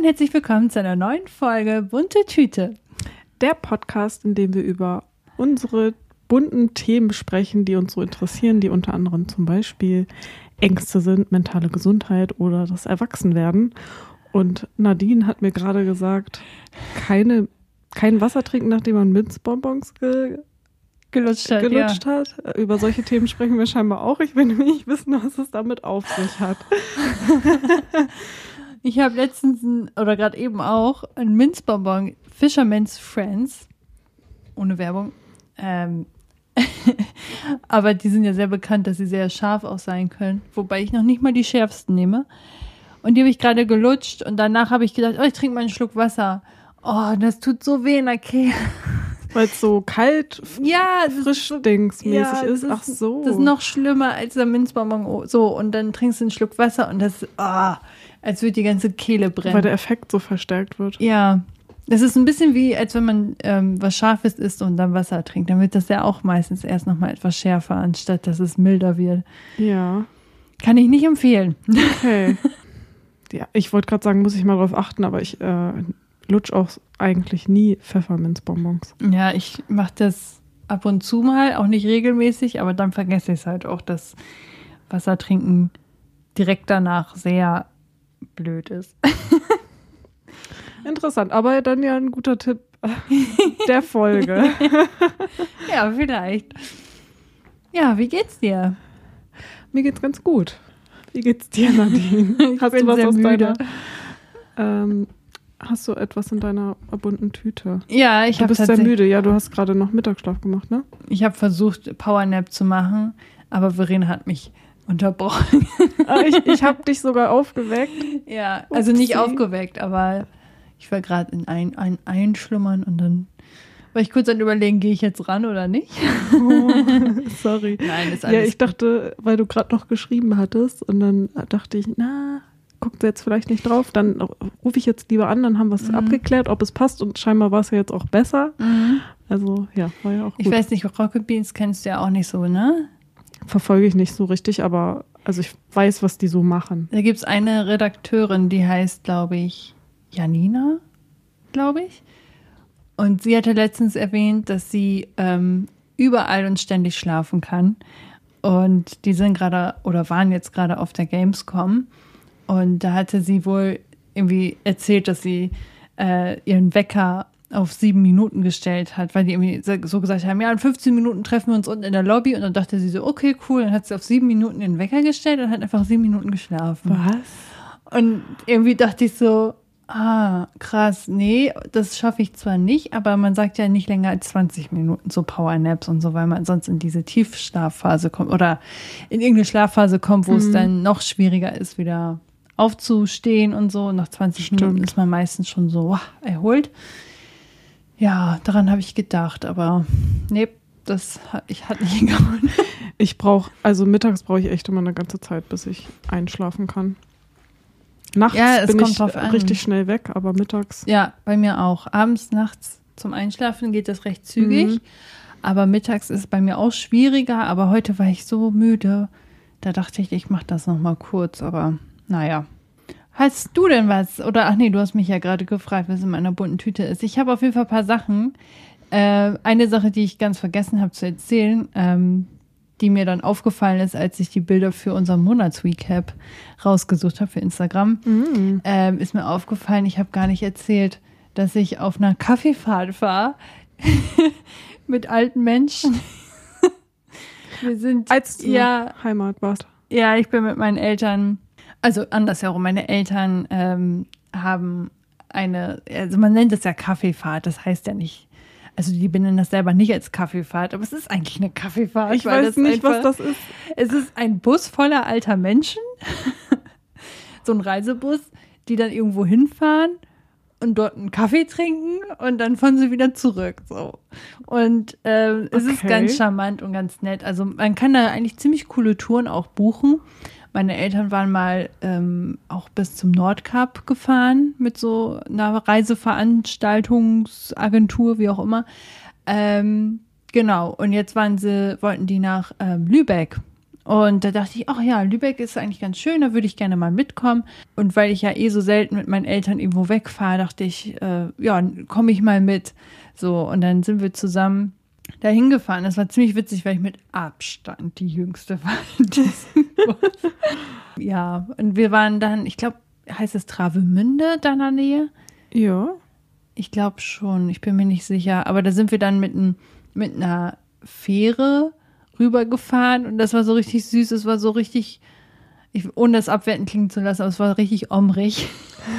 herzlich willkommen zu einer neuen Folge Bunte Tüte. Der Podcast, in dem wir über unsere bunten Themen sprechen, die uns so interessieren, die unter anderem zum Beispiel Ängste sind, mentale Gesundheit oder das Erwachsenwerden. Und Nadine hat mir gerade gesagt, kein Wasser trinken, nachdem man Minzbonbons gelutscht hat. Über solche Themen sprechen wir scheinbar auch. Ich will nämlich nicht wissen, was es damit auf sich hat. Ich habe letztens oder gerade eben auch ein Minzbonbon, Fisherman's Friends, ohne Werbung. Aber die sind ja sehr bekannt, dass sie sehr scharf auch sein können. Wobei ich noch nicht mal die schärfsten nehme. Und die habe ich gerade gelutscht und danach habe ich gedacht, oh, ich trinke mal einen Schluck Wasser. Oh, das tut so weh in der Kehle. Weil es so kalt, frischdingsmäßig ist. Ach so. Das ist noch schlimmer als der Minzbonbon. So, und dann trinkst du einen Schluck Wasser und das, als würde die ganze Kehle brennen. Weil der Effekt so verstärkt wird. Ja, das ist ein bisschen wie, als wenn man was Scharfes isst und dann Wasser trinkt. Dann wird das ja auch meistens erst nochmal etwas schärfer, anstatt dass es milder wird. Ja. Kann ich nicht empfehlen. Okay. Ja, ich wollte gerade sagen, muss ich mal drauf achten, aber ich lutsch auch eigentlich nie Pfefferminzbonbons. Ja, ich mache das ab und zu mal, auch nicht regelmäßig, aber dann vergesse ich es halt auch, dass Wasser trinken direkt danach sehr blöd ist. Interessant, aber dann ja ein guter Tipp der Folge. Ja, vielleicht. Ja, wie geht's dir? Mir geht's ganz gut. Wie geht's dir, Nadine? Hast du was aus müde. Hast du etwas in deiner bunten Tüte? Ja, ich habe Du bist sehr müde. Ja, du hast gerade noch Mittagsschlaf gemacht, ne? Ich habe versucht, Powernap zu machen, aber Verena hat mich unterbrochen. Ich habe dich sogar aufgeweckt. Ja, also nicht aufgeweckt, aber ich war gerade in ein Einschlummern und dann war ich kurz an Überlegen, gehe ich jetzt ran oder nicht? Oh, sorry. Nein, ist alles Ja, ich dachte, weil du gerade noch geschrieben hattest und dann dachte ich, guckt sie jetzt vielleicht nicht drauf, dann rufe ich jetzt lieber an, dann haben wir es abgeklärt, ob es passt und scheinbar war es ja jetzt auch besser. Mhm. Also ja, war ja auch gut. Ich weiß nicht, Rocket Beans kennst du ja auch nicht so, ne? Verfolge ich nicht so richtig, aber also ich weiß, was die so machen. Da gibt es eine Redakteurin, die heißt, glaube ich, Janina, glaube ich. Und sie hatte letztens erwähnt, dass sie überall und ständig schlafen kann. Und die sind gerade oder waren jetzt gerade auf der Gamescom. Und da hatte sie wohl irgendwie erzählt, dass sie ihren Wecker auf 7 Minuten gestellt hat, weil die irgendwie so gesagt haben, ja, in 15 Minuten treffen wir uns unten in der Lobby. Und dann dachte sie so, okay, cool. Dann hat sie auf 7 Minuten den Wecker gestellt und hat einfach 7 Minuten geschlafen. Was? Und irgendwie dachte ich so, krass, nee, das schaffe ich zwar nicht, aber man sagt ja nicht länger als 20 Minuten so Powernaps und so, weil man sonst in diese Tiefschlafphase kommt oder in irgendeine Schlafphase kommt, wo es dann noch schwieriger ist, wieder aufzustehen und so. Und nach 20 Minuten ist man meistens schon so erholt. Ja, daran habe ich gedacht, aber nee, das hat nicht hingehauen. Mittags brauche ich echt immer eine ganze Zeit, bis ich einschlafen kann. Nachts bin ich richtig schnell weg, aber mittags. Ja, bei mir auch. Abends, nachts zum Einschlafen geht das recht zügig. Aber mittags ist es bei mir auch schwieriger. Aber heute war ich so müde. Da dachte ich mache das nochmal kurz. Aber naja. Hast du denn was? Oder, du hast mich ja gerade gefragt, was in meiner bunten Tüte ist. Ich habe auf jeden Fall ein paar Sachen. Eine Sache, die ich ganz vergessen habe zu erzählen, die mir dann aufgefallen ist, als ich die Bilder für unseren Monatsrecap rausgesucht habe für Instagram, ist mir aufgefallen, ich habe gar nicht erzählt, dass ich auf einer Kaffeefahrt war mit alten Menschen. Wir sind als du Heimat warst. Ja, ich bin mit meinen Eltern, also andersherum, meine Eltern haben also man nennt es ja Kaffeefahrt, das heißt ja nicht. Also die benennen das selber nicht als Kaffeefahrt, aber es ist eigentlich eine Kaffeefahrt. Ich weiß nicht, was das ist. Es ist ein Bus voller alter Menschen, so ein Reisebus, die dann irgendwo hinfahren und dort einen Kaffee trinken und dann fahren sie wieder zurück. So. Und es ist ganz charmant und ganz nett. Also man kann da eigentlich ziemlich coole Touren auch buchen. Meine Eltern waren mal auch bis zum Nordkap gefahren mit so einer Reiseveranstaltungsagentur, wie auch immer. Genau, und jetzt wollten die nach Lübeck. Und da dachte ich, ach ja, Lübeck ist eigentlich ganz schön, da würde ich gerne mal mitkommen. Und weil ich ja so selten mit meinen Eltern irgendwo wegfahre, dachte ich, ja, komme ich mal mit. So, und dann sind wir zusammen dahin gefahren. Das war ziemlich witzig, weil ich mit Abstand die Jüngste war in diesem Bus. Ja, und wir waren dann, ich glaube, heißt es Travemünde da in der Nähe? Ja. Ich glaube schon, ich bin mir nicht sicher. Aber da sind wir dann mit einer Fähre rübergefahren und das war so richtig süß. Es war so richtig, ohne es abwertend klingen zu lassen, aber es war richtig omrig.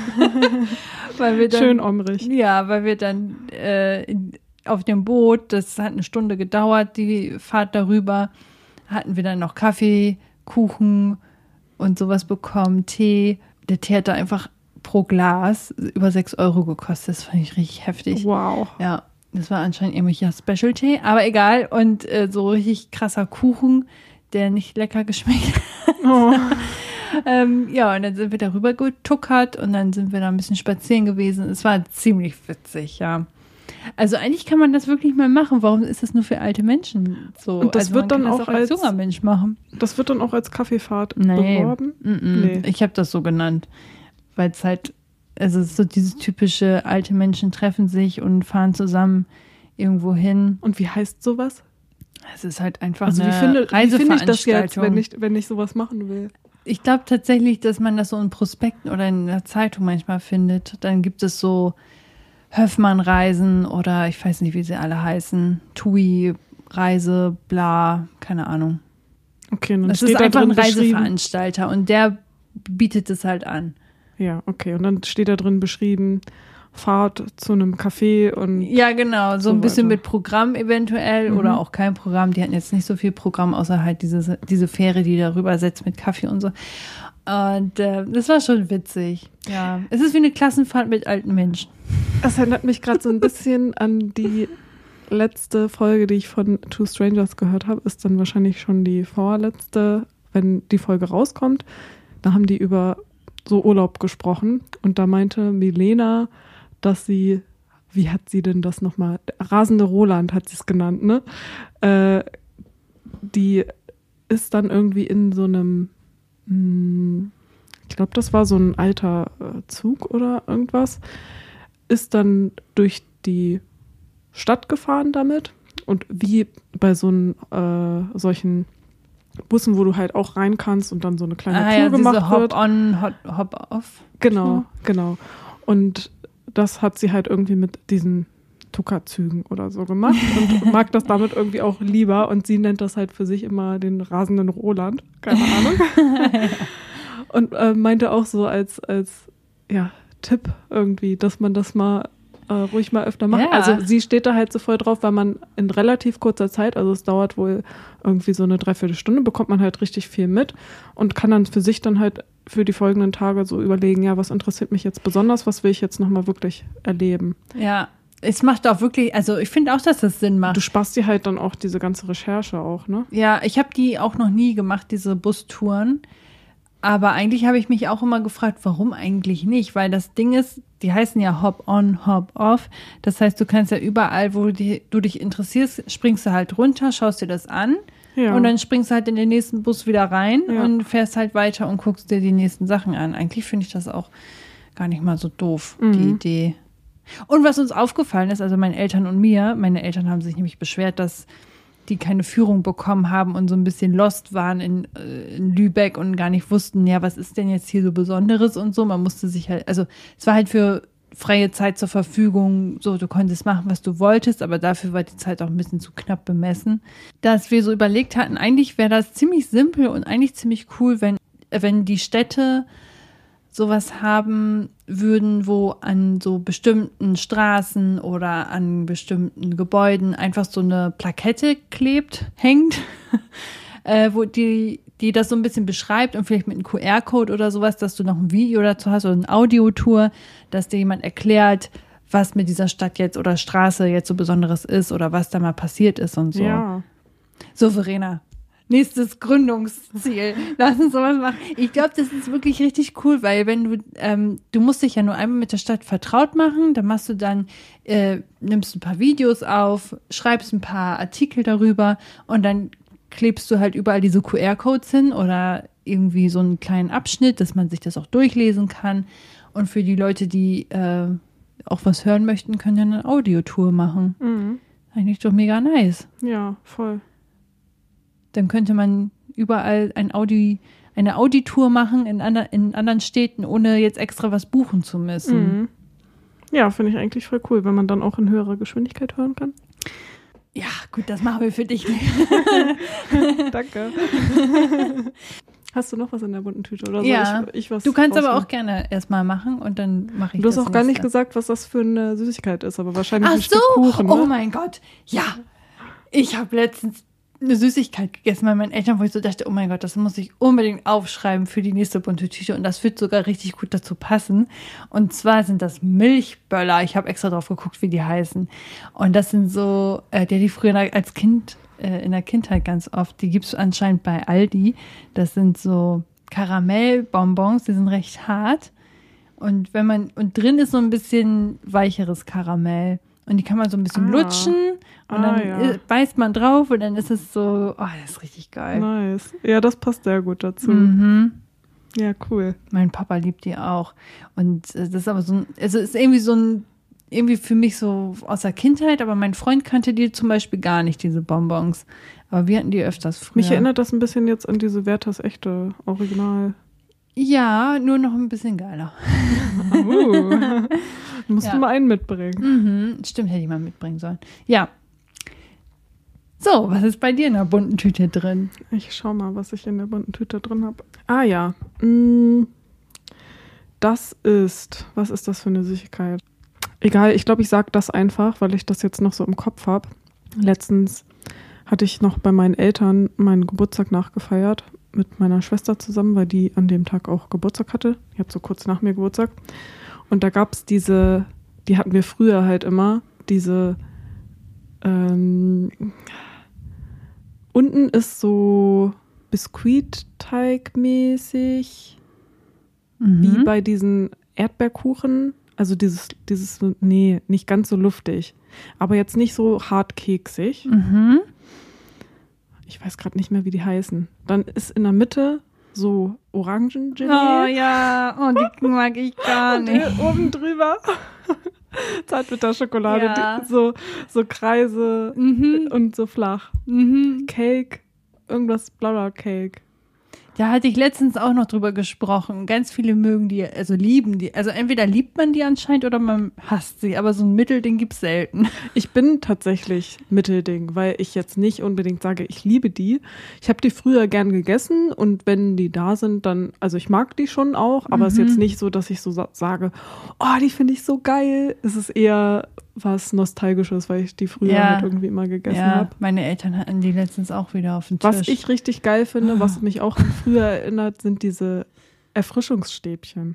Weil wir dann, schön omrig. Ja, weil wir dann auf dem Boot, das hat eine Stunde gedauert, die Fahrt darüber, hatten wir dann noch Kaffee, Kuchen und sowas bekommen, Tee. Der Tee hat da einfach pro Glas über 6 Euro gekostet. Das fand ich richtig heftig. Wow. Ja, das war anscheinend irgendwelcher Special-Tee, aber egal. Und so richtig krasser Kuchen, der nicht lecker geschmeckt hat. Oh. Ja, und dann sind wir darüber getuckert und dann sind wir da ein bisschen spazieren gewesen. Es war ziemlich witzig, ja. Also eigentlich kann man das wirklich mal machen. Warum ist das nur für alte Menschen so? Und das also wird man dann kann das auch als junger Mensch machen. Das wird dann auch als Kaffeefahrt Nee. beworben? Nee. Ich habe das so genannt, weil es halt, also es ist so dieses typische, alte Menschen treffen sich und fahren zusammen irgendwo hin. Und wie heißt sowas? Es ist halt einfach Also eine wie finde ich das jetzt, Reiseveranstaltung. wenn ich sowas machen will? Ich glaube tatsächlich, dass man das so in Prospekten oder in der Zeitung manchmal findet. Dann gibt es so Höfmann-Reisen oder ich weiß nicht, wie sie alle heißen. TUI-Reise, bla, keine Ahnung. Okay, und dann Das steht ist da einfach drin ein beschrieben. Reiseveranstalter und der bietet es halt an. Ja, okay. Und dann steht da drin beschrieben, Fahrt zu einem Café und Ja, genau, so ein bisschen weiter. mit Programm eventuell oder auch kein Programm. Die hatten jetzt nicht so viel Programm, außer halt diese Fähre, die darüber setzt mit Kaffee und so. Und das war schon witzig. Ja, es ist wie eine Klassenfahrt mit alten Menschen. Das erinnert mich gerade so ein bisschen an die letzte Folge, die ich von Two Strangers gehört habe. Ist dann wahrscheinlich schon die vorletzte, wenn die Folge rauskommt. Da haben die über so Urlaub gesprochen. Und da meinte Milena, dass sie, wie hat sie denn das nochmal? Rasende Roland hat sie es genannt, ne? Die ist dann irgendwie in so einem, ich glaube, das war so ein alter Zug oder irgendwas, ist dann durch die Stadt gefahren damit und wie bei so solchen Bussen, wo du halt auch rein kannst und dann so eine kleine Tour gemacht diese wird. Hop-on, Hop-off. Genau. Und das hat sie halt irgendwie mit diesen Tuckerzügen oder so gemacht und mag das damit irgendwie auch lieber und sie nennt das halt für sich immer den rasenden Roland. Keine Ahnung. Und meinte auch so als ja, Tipp irgendwie, dass man das mal ruhig mal öfter macht. Ja. Also sie steht da halt so voll drauf, weil man in relativ kurzer Zeit, also es dauert wohl irgendwie so eine Dreiviertelstunde, bekommt man halt richtig viel mit und kann dann für sich dann halt für die folgenden Tage so überlegen, ja, was interessiert mich jetzt besonders, was will ich jetzt nochmal wirklich erleben. Ja, es macht auch wirklich, also ich finde auch, dass das Sinn macht. Du sparst dir halt dann auch diese ganze Recherche auch, ne? Ja, ich habe die auch noch nie gemacht, diese Busstouren. Aber eigentlich habe ich mich auch immer gefragt, warum eigentlich nicht? Weil das Ding ist, die heißen ja Hop-on, Hop-off. Das heißt, du kannst ja überall, wo du dich interessierst, springst du halt runter, schaust dir das an Ja. und dann springst du halt in den nächsten Bus wieder rein Ja. und fährst halt weiter und guckst dir die nächsten Sachen an. Eigentlich finde ich das auch gar nicht mal so doof, die Idee. Und was uns aufgefallen ist, also meinen Eltern und mir, meine Eltern haben sich nämlich beschwert, dass die keine Führung bekommen haben und so ein bisschen lost waren in Lübeck und gar nicht wussten, ja, was ist denn jetzt hier so Besonderes und so. Man musste sich halt, also es war halt für freie Zeit zur Verfügung, so du konntest machen, was du wolltest, aber dafür war die Zeit auch ein bisschen zu knapp bemessen. Dass wir so überlegt hatten, eigentlich wäre das ziemlich simpel und eigentlich ziemlich cool, wenn die Städte sowas haben würden, wo an so bestimmten Straßen oder an bestimmten Gebäuden einfach so eine Plakette hängt, wo die das so ein bisschen beschreibt und vielleicht mit einem QR-Code oder sowas, dass du noch ein Video dazu hast oder eine Audiotour, dass dir jemand erklärt, was mit dieser Stadt jetzt oder Straße jetzt so Besonderes ist oder was da mal passiert ist und so. Ja. So, Verena. Nächstes Gründungsziel. Lass uns sowas machen. Ich glaube, das ist wirklich richtig cool, weil wenn du musst dich ja nur einmal mit der Stadt vertraut machen, dann machst du dann, nimmst ein paar Videos auf, schreibst ein paar Artikel darüber und dann klebst du halt überall diese QR-Codes hin oder irgendwie so einen kleinen Abschnitt, dass man sich das auch durchlesen kann. Und für die Leute, die auch was hören möchten, können ja eine Audiotour machen. Mhm. Eigentlich doch mega nice. Ja, voll. Dann könnte man überall eine Auditour machen in anderen Städten, ohne jetzt extra was buchen zu müssen. Mhm. Ja, finde ich eigentlich voll cool, wenn man dann auch in höherer Geschwindigkeit hören kann. Ja, gut, das machen wir für dich. Danke. Hast du noch was in der bunten Tüte? Oder Ja, soll ich was du kannst aber rausnehmen? auch gerne erstmal machen und dann mache ich Du das hast auch gar nicht nächste. gesagt, was das für eine Süßigkeit ist, aber wahrscheinlich Ach ein so, Stück Kuchen. oh Ne? mein Gott, ja. Ich habe letztens eine Süßigkeit gegessen bei meinen Eltern, wo ich so dachte, oh mein Gott, das muss ich unbedingt aufschreiben für die nächste bunte Tüte und das wird sogar richtig gut dazu passen. Und zwar sind das Milchböller. Ich habe extra drauf geguckt, wie die heißen. Und das sind so, die früher als Kind, in der Kindheit ganz oft, die gibt es anscheinend bei Aldi. Das sind so Karamellbonbons, die sind recht hart. Und drin ist so ein bisschen weicheres Karamell. Und die kann man so ein bisschen lutschen und dann beißt man drauf und dann ist es so, oh, das ist richtig geil. Nice. Ja, das passt sehr gut dazu. Mhm. Ja, cool. Mein Papa liebt die auch. Und das ist aber ist irgendwie für mich so aus der Kindheit, aber mein Freund kannte die zum Beispiel gar nicht, diese Bonbons. Aber wir hatten die öfters früher. Mich erinnert das ein bisschen jetzt an diese Werthers echte Original. Ja, nur noch ein bisschen geiler. Musst du mal einen mitbringen. Mhm, stimmt, hätte ich mal mitbringen sollen. Ja. So, was ist bei dir in der bunten Tüte drin? Ich schau mal, was ich in der bunten Tüte drin habe. Ah ja. Was ist das für eine Süßigkeit? Egal, ich glaube, ich sage das einfach, weil ich das jetzt noch so im Kopf habe. Letztens hatte ich noch bei meinen Eltern meinen Geburtstag nachgefeiert mit meiner Schwester zusammen, weil die an dem Tag auch Geburtstag hatte. Die hat so kurz nach mir Geburtstag. Und da gab es die hatten wir früher halt immer, unten ist so Biskuitteig-mäßig, wie bei diesen Erdbeerkuchen. Also nee, nicht ganz so luftig, aber jetzt nicht so hart keksig. Mhm. Ich weiß gerade nicht mehr, wie die heißen. Dann ist in der Mitte so Orangengelee. Oh ja, oh, die mag ich gar nicht. Und oben drüber Zartbitterschokolade, Ja. so Kreise und so flach. Cake, irgendwas blauer Cake. Da hatte ich letztens auch noch drüber gesprochen. Ganz viele mögen die, also lieben die. Also entweder liebt man die anscheinend oder man hasst sie. Aber so ein Mittelding gibt's selten. Ich bin tatsächlich Mittelding, weil ich jetzt nicht unbedingt sage, ich liebe die. Ich habe die früher gern gegessen und wenn die da sind, dann, also ich mag die schon auch, aber es ist jetzt nicht so, dass ich so sage, oh, die finde ich so geil. Es ist eher was Nostalgisches, weil ich die früher halt irgendwie immer gegessen habe. Meine Eltern hatten die letztens auch wieder auf dem Tisch. Was ich richtig geil finde, was mich auch an früher erinnert, sind diese Erfrischungsstäbchen.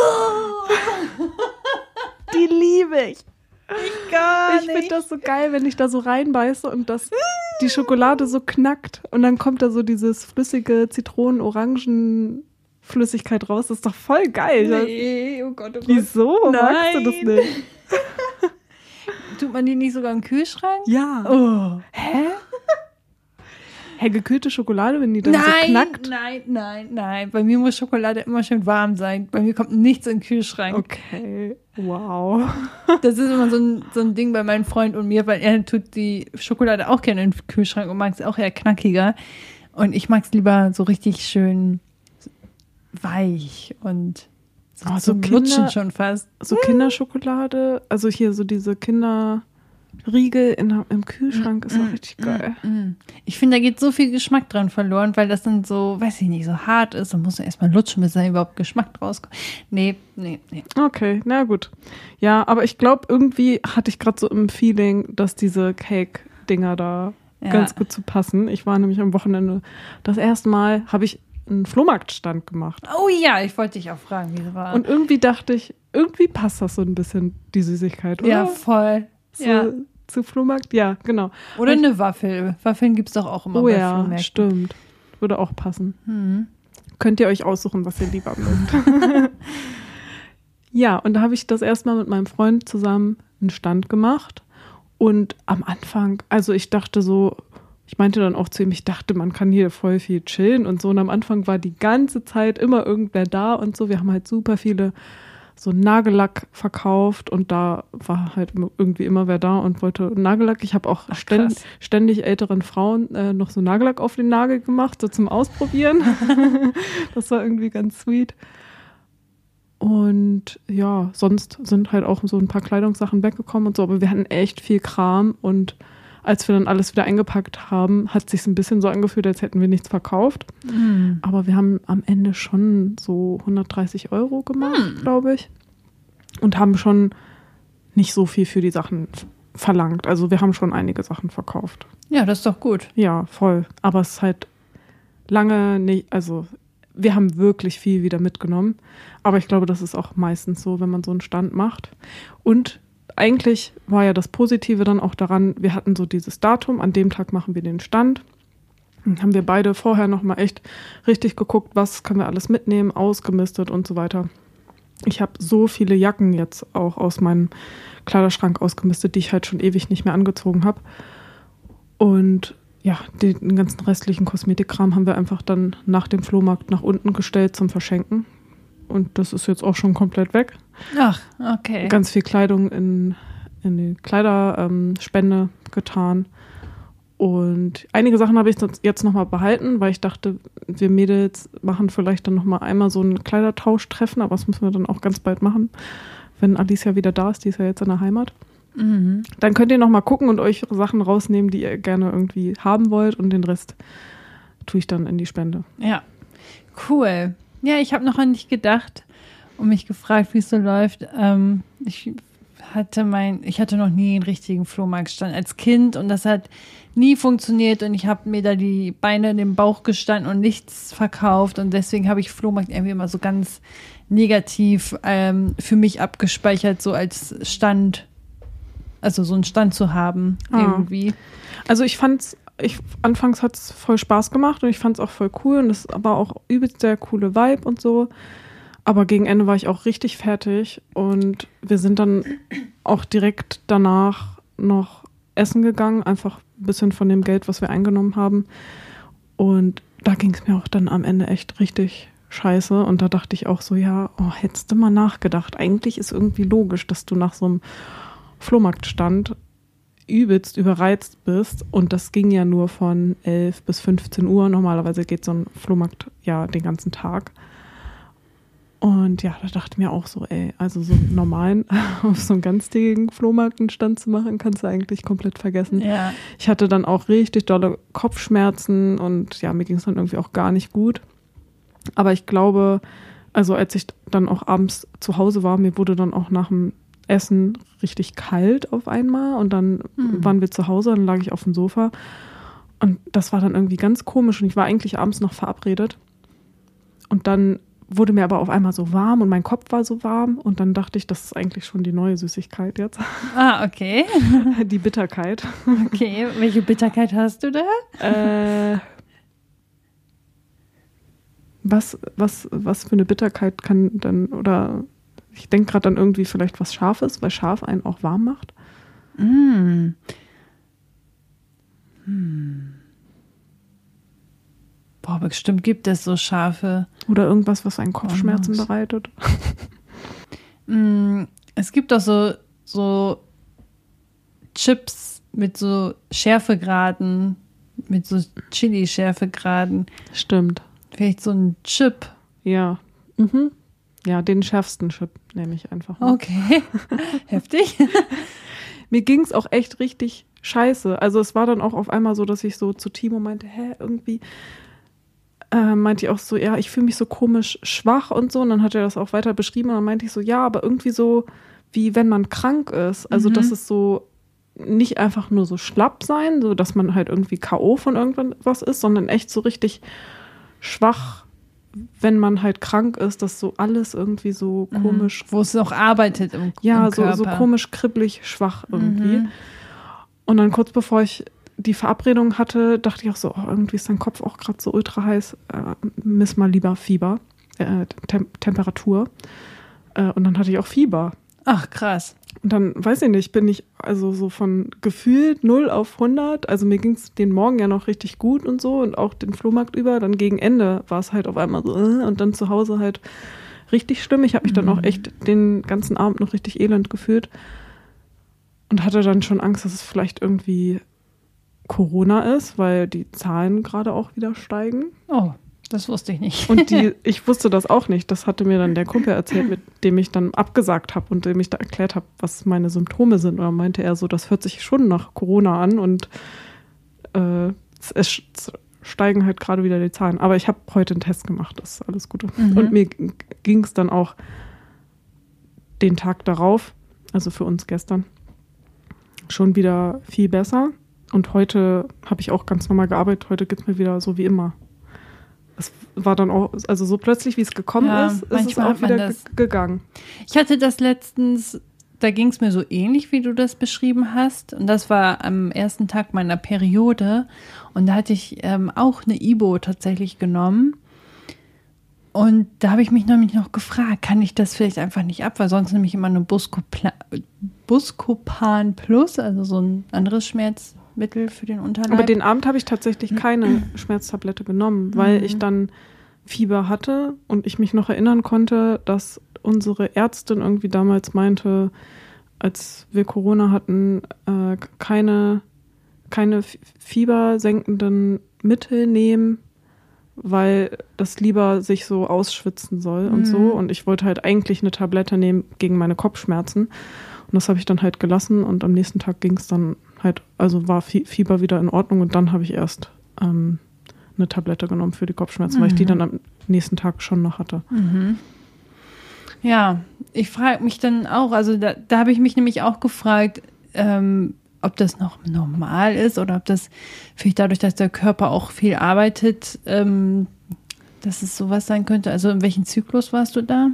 Die liebe ich. Ich finde das so geil, wenn ich da so reinbeiße und die Schokolade so knackt und dann kommt da so dieses flüssige Zitronen-Orangen-Flüssigkeit raus. Das ist doch voll geil. Nee, oh Gott, oh Gott. Wieso? Magst du das nicht? Tut man die nicht sogar im Kühlschrank? Ja. Oh. Hä? Hä, gekühlte Schokolade, wenn die dann so knackt? Nein. Bei mir muss Schokolade immer schön warm sein. Bei mir kommt nichts in den Kühlschrank. Okay, wow. Das ist immer so ein Ding bei meinem Freund und mir, weil er tut die Schokolade auch gerne in den Kühlschrank und mag es auch eher knackiger. Und ich mag es lieber so richtig schön weich und so zum Lutschen schon fast. So Kinderschokolade, also hier so diese Kinderriegel im Kühlschrank ist auch richtig geil. Ich finde, da geht so viel Geschmack dran verloren, weil das dann so, weiß ich nicht, so hart ist. Da muss man erstmal lutschen, bis da überhaupt Geschmack draus kommt. Nee. Okay, na gut. Ja, aber ich glaube, irgendwie hatte ich gerade so im Feeling, dass diese Cake-Dinger da ganz gut zu passen. Ich war nämlich am Wochenende, das erste Mal habe ich einen Flohmarktstand gemacht. Oh ja, ich wollte dich auch fragen, wie das war. Und irgendwie dachte ich, irgendwie passt das so ein bisschen, die Süßigkeit, oder? Ja, voll. Zu Flohmarkt? Ja, genau. Oder eine Waffel. Waffeln gibt es doch auch immer bei Flohmärkten. Ja, stimmt. Würde auch passen. Könnt ihr euch aussuchen, was ihr lieber mögt. Ja, und da habe ich das erstmal mit meinem Freund zusammen einen Stand gemacht. Und am Anfang, also ich dachte so, ich meinte dann auch zu ihm, ich dachte, man kann hier voll viel chillen und so. Und am Anfang war die ganze Zeit immer irgendwer da und so. Wir haben halt super viele so Nagellack verkauft und da war halt irgendwie immer wer da und wollte Nagellack. Ich habe auch ständig älteren Frauen noch so Nagellack auf den Nagel gemacht, so zum Ausprobieren. Das war irgendwie ganz sweet. Und ja, sonst sind halt auch so ein paar Kleidungssachen weggekommen und so, aber wir hatten echt viel Kram und als wir dann alles wieder eingepackt haben, hat es sich ein bisschen so angefühlt, als hätten wir nichts verkauft. Aber wir haben am Ende schon so 130 € gemacht, glaube ich. Und haben schon nicht so viel für die Sachen verlangt. Also wir haben schon einige Sachen verkauft. Ja, das ist doch gut. Ja, voll. Aber es ist halt lange nicht, also wir haben wirklich viel wieder mitgenommen. Aber ich glaube, das ist auch meistens so, wenn man so einen Stand macht. Und eigentlich war ja das Positive dann auch daran, wir hatten so dieses Datum, an dem Tag machen wir den Stand. Dann haben wir beide vorher nochmal echt richtig geguckt, was können wir alles mitnehmen, ausgemistet und so weiter. Ich habe so viele Jacken jetzt auch aus meinem Kleiderschrank ausgemistet, die ich halt schon ewig nicht mehr angezogen habe. Und ja, den ganzen restlichen Kosmetikkram haben wir einfach dann nach dem Flohmarkt nach unten gestellt zum Verschenken. Und das ist jetzt auch schon komplett weg. Ach, okay. Ganz viel Kleidung in die Kleiderspende getan. Und einige Sachen habe ich jetzt nochmal behalten, weil ich dachte, wir Mädels machen vielleicht dann nochmal einmal so einen Kleidertauschtreffen, aber das müssen wir dann auch ganz bald machen, wenn Alicia wieder da ist, die ist ja jetzt in der Heimat. Dann könnt ihr nochmal gucken und euch Sachen rausnehmen, die ihr gerne irgendwie haben wollt und den Rest tue ich dann in die Spende. Ja, cool. Ja, ich habe noch an dich gedacht und mich gefragt, wie es so läuft. Ich hatte noch nie einen richtigen Flohmarktstand als Kind und das hat nie funktioniert und ich habe mir da die Beine in den Bauch gestanden und nichts verkauft und deswegen habe ich Flohmarkt irgendwie immer so ganz negativ für mich abgespeichert, so als Stand, also so einen Stand zu haben irgendwie. Also anfangs hat es voll Spaß gemacht und ich fand es auch voll cool und es war auch übelst der coole Vibe und so. Aber gegen Ende war ich auch richtig fertig und wir sind dann auch direkt danach noch essen gegangen, einfach ein bisschen von dem Geld, was wir eingenommen haben. Und da ging es mir auch dann am Ende echt richtig scheiße. Und da dachte ich auch so, ja, hättest du mal nachgedacht. Eigentlich ist irgendwie logisch, dass du nach so einem Flohmarktstand übelst überreizt bist. Und das ging ja nur von 11 bis 15 Uhr. Normalerweise geht so ein Flohmarkt ja den ganzen Tag. Und ja, da dachte ich mir auch so, also so einen normalen, auf so einem ganztägigen Flohmarkt einen Stand zu machen, kannst du eigentlich komplett vergessen. Ja. Ich hatte dann auch richtig dolle Kopfschmerzen und ja, mir ging es dann irgendwie auch gar nicht gut. Aber ich glaube, also als ich dann auch abends zu Hause war, mir wurde dann auch nach dem Essen richtig kalt auf einmal und dann waren wir zu Hause, dann lag ich auf dem Sofa und das war dann irgendwie ganz komisch und ich war eigentlich abends noch verabredet und dann wurde mir aber auf einmal so warm und mein Kopf war so warm und dann dachte ich, das ist eigentlich schon die neue Süßigkeit jetzt. Ah, okay. Die Bitterkeit. Okay, welche Bitterkeit hast du da? Was für eine Bitterkeit kann dann, oder ich denke gerade an irgendwie vielleicht was Scharfes, weil Scharf einen auch warm macht. Boah, bestimmt gibt es so scharfe. Oder irgendwas, was einen Kopfschmerzen bereitet. Es gibt auch so Chips mit so Schärfegraden, mit so Chili-Schärfegraden. Stimmt. Vielleicht so ein Chip. Ja. Ja, den schärfsten Chip nehme ich einfach mal. Okay. Heftig. Mir ging es auch echt richtig scheiße. Also es war dann auch auf einmal so, dass ich so zu Timo meinte, irgendwie meinte ich auch so, ja, ich fühle mich so komisch schwach und so. Und dann hat er das auch weiter beschrieben und dann meinte ich so, ja, aber irgendwie so, wie wenn man krank ist. Also das ist so nicht einfach nur so schlapp sein, so dass man halt irgendwie K.O. von irgendwas ist, sondern echt so richtig schwach, wenn man halt krank ist, dass so alles irgendwie so komisch. Wo es noch arbeitet im Ja, Körper. so komisch, kribbelig, schwach irgendwie. Und dann kurz bevor ich die Verabredung hatte, dachte ich auch so, irgendwie ist dein Kopf auch gerade so ultra heiß. Miss mal lieber Fieber, Temperatur. Und dann hatte ich auch Fieber. Ach, krass. Und dann, weiß ich nicht, bin ich also so von gefühlt 0 auf 100. Also mir ging es den Morgen ja noch richtig gut und so und auch den Flohmarkt über. Dann gegen Ende war es halt auf einmal so und dann zu Hause halt richtig schlimm. Ich habe mich dann auch echt den ganzen Abend noch richtig elend gefühlt und hatte dann schon Angst, dass es vielleicht irgendwie Corona ist, weil die Zahlen gerade auch wieder steigen. Oh, das wusste ich nicht. Und ich wusste das auch nicht. Das hatte mir dann der Kumpel erzählt, mit dem ich dann abgesagt habe und dem ich da erklärt habe, was meine Symptome sind. Und dann meinte er so, das hört sich schon nach Corona an und es steigen halt gerade wieder die Zahlen. Aber ich habe heute einen Test gemacht, das ist alles Gute. Und mir ging es dann auch den Tag darauf, also für uns gestern, schon wieder viel besser. Und heute habe ich auch ganz normal gearbeitet. Heute geht es mir wieder so wie immer. Es war dann auch, also so plötzlich, wie es gekommen ist es auch wieder gegangen. Ich hatte das letztens, da ging es mir so ähnlich, wie du das beschrieben hast. Und das war am ersten Tag meiner Periode. Und da hatte ich auch eine Ibo tatsächlich genommen. Und da habe ich mich nämlich noch gefragt, kann ich das vielleicht einfach nicht ab? Weil sonst nehme ich immer eine Buscopan Plus, also so ein anderes Schmerzmittel für den Unterleib. Aber den Abend habe ich tatsächlich keine Schmerztablette genommen, weil ich dann Fieber hatte und ich mich noch erinnern konnte, dass unsere Ärztin irgendwie damals meinte, als wir Corona hatten, keine fiebersenkenden Mittel nehmen, weil das lieber sich so ausschwitzen soll und so. Und ich wollte halt eigentlich eine Tablette nehmen gegen meine Kopfschmerzen. Und das habe ich dann halt gelassen und am nächsten Tag ging es dann halt, also war Fieber wieder in Ordnung und dann habe ich erst eine Tablette genommen für die Kopfschmerzen, weil ich die dann am nächsten Tag schon noch hatte. Ja, ich frage mich dann auch, also da habe ich mich nämlich auch gefragt, ob das noch normal ist oder ob das vielleicht dadurch, dass der Körper auch viel arbeitet, dass es sowas sein könnte. Also in welchem Zyklus warst du da?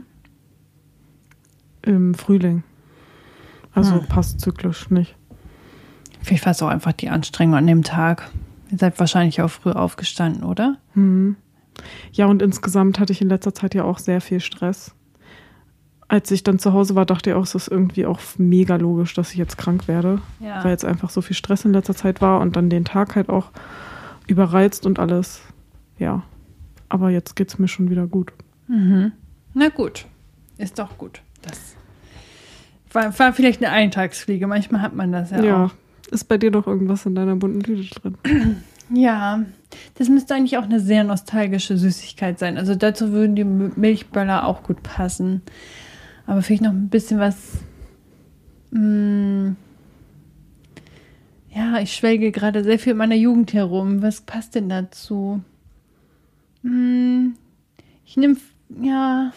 Im Frühling. Also passt zyklisch nicht. Vielleicht war es auch einfach die Anstrengung an dem Tag. Ihr seid wahrscheinlich auch früh aufgestanden, oder? Ja, und insgesamt hatte ich in letzter Zeit ja auch sehr viel Stress. Als ich dann zu Hause war, dachte ich auch, es ist irgendwie auch mega logisch, dass ich jetzt krank werde, weil jetzt einfach so viel Stress in letzter Zeit war und dann den Tag halt auch überreizt und alles. Ja, aber jetzt geht's mir schon wieder gut. Na gut, ist doch gut. Das war vielleicht eine Eintagsfliege, manchmal hat man das ja auch. Ist bei dir noch irgendwas in deiner bunten Tüte drin? Ja, das müsste eigentlich auch eine sehr nostalgische Süßigkeit sein. Also dazu würden die Milchböller auch gut passen. Aber vielleicht noch ein bisschen was. Ja, ich schwelge gerade sehr viel in meiner Jugend herum. Was passt denn dazu? Ich nehme, ja.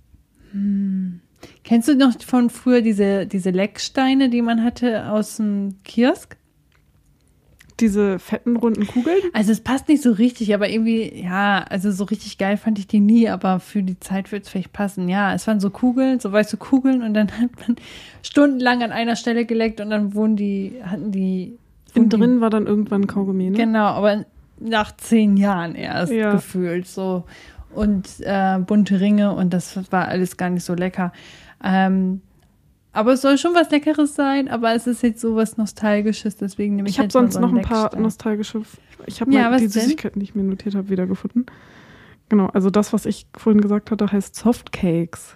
Kennst du noch von früher diese Lecksteine, die man hatte aus dem Kiosk? Diese fetten, runden Kugeln? Also es passt nicht so richtig, aber irgendwie, ja, also so richtig geil fand ich die nie, aber für die Zeit wird es vielleicht passen. Ja, es waren so Kugeln, so weiße Kugeln und dann hat man stundenlang an einer Stelle geleckt und dann hatten die Innen drin war dann irgendwann Kaugummi, ne? Genau, aber nach 10 Jahren erst gefühlt so. Und bunte Ringe und das war alles gar nicht so lecker. Aber es soll schon was Leckeres sein, aber es ist jetzt so was Nostalgisches, deswegen nehme ich habe sonst noch ein paar nostalgische. Ich habe mal die Süßigkeiten, die ich mir notiert habe, wiedergefunden. Genau, also das, was ich vorhin gesagt hatte, heißt Softcakes.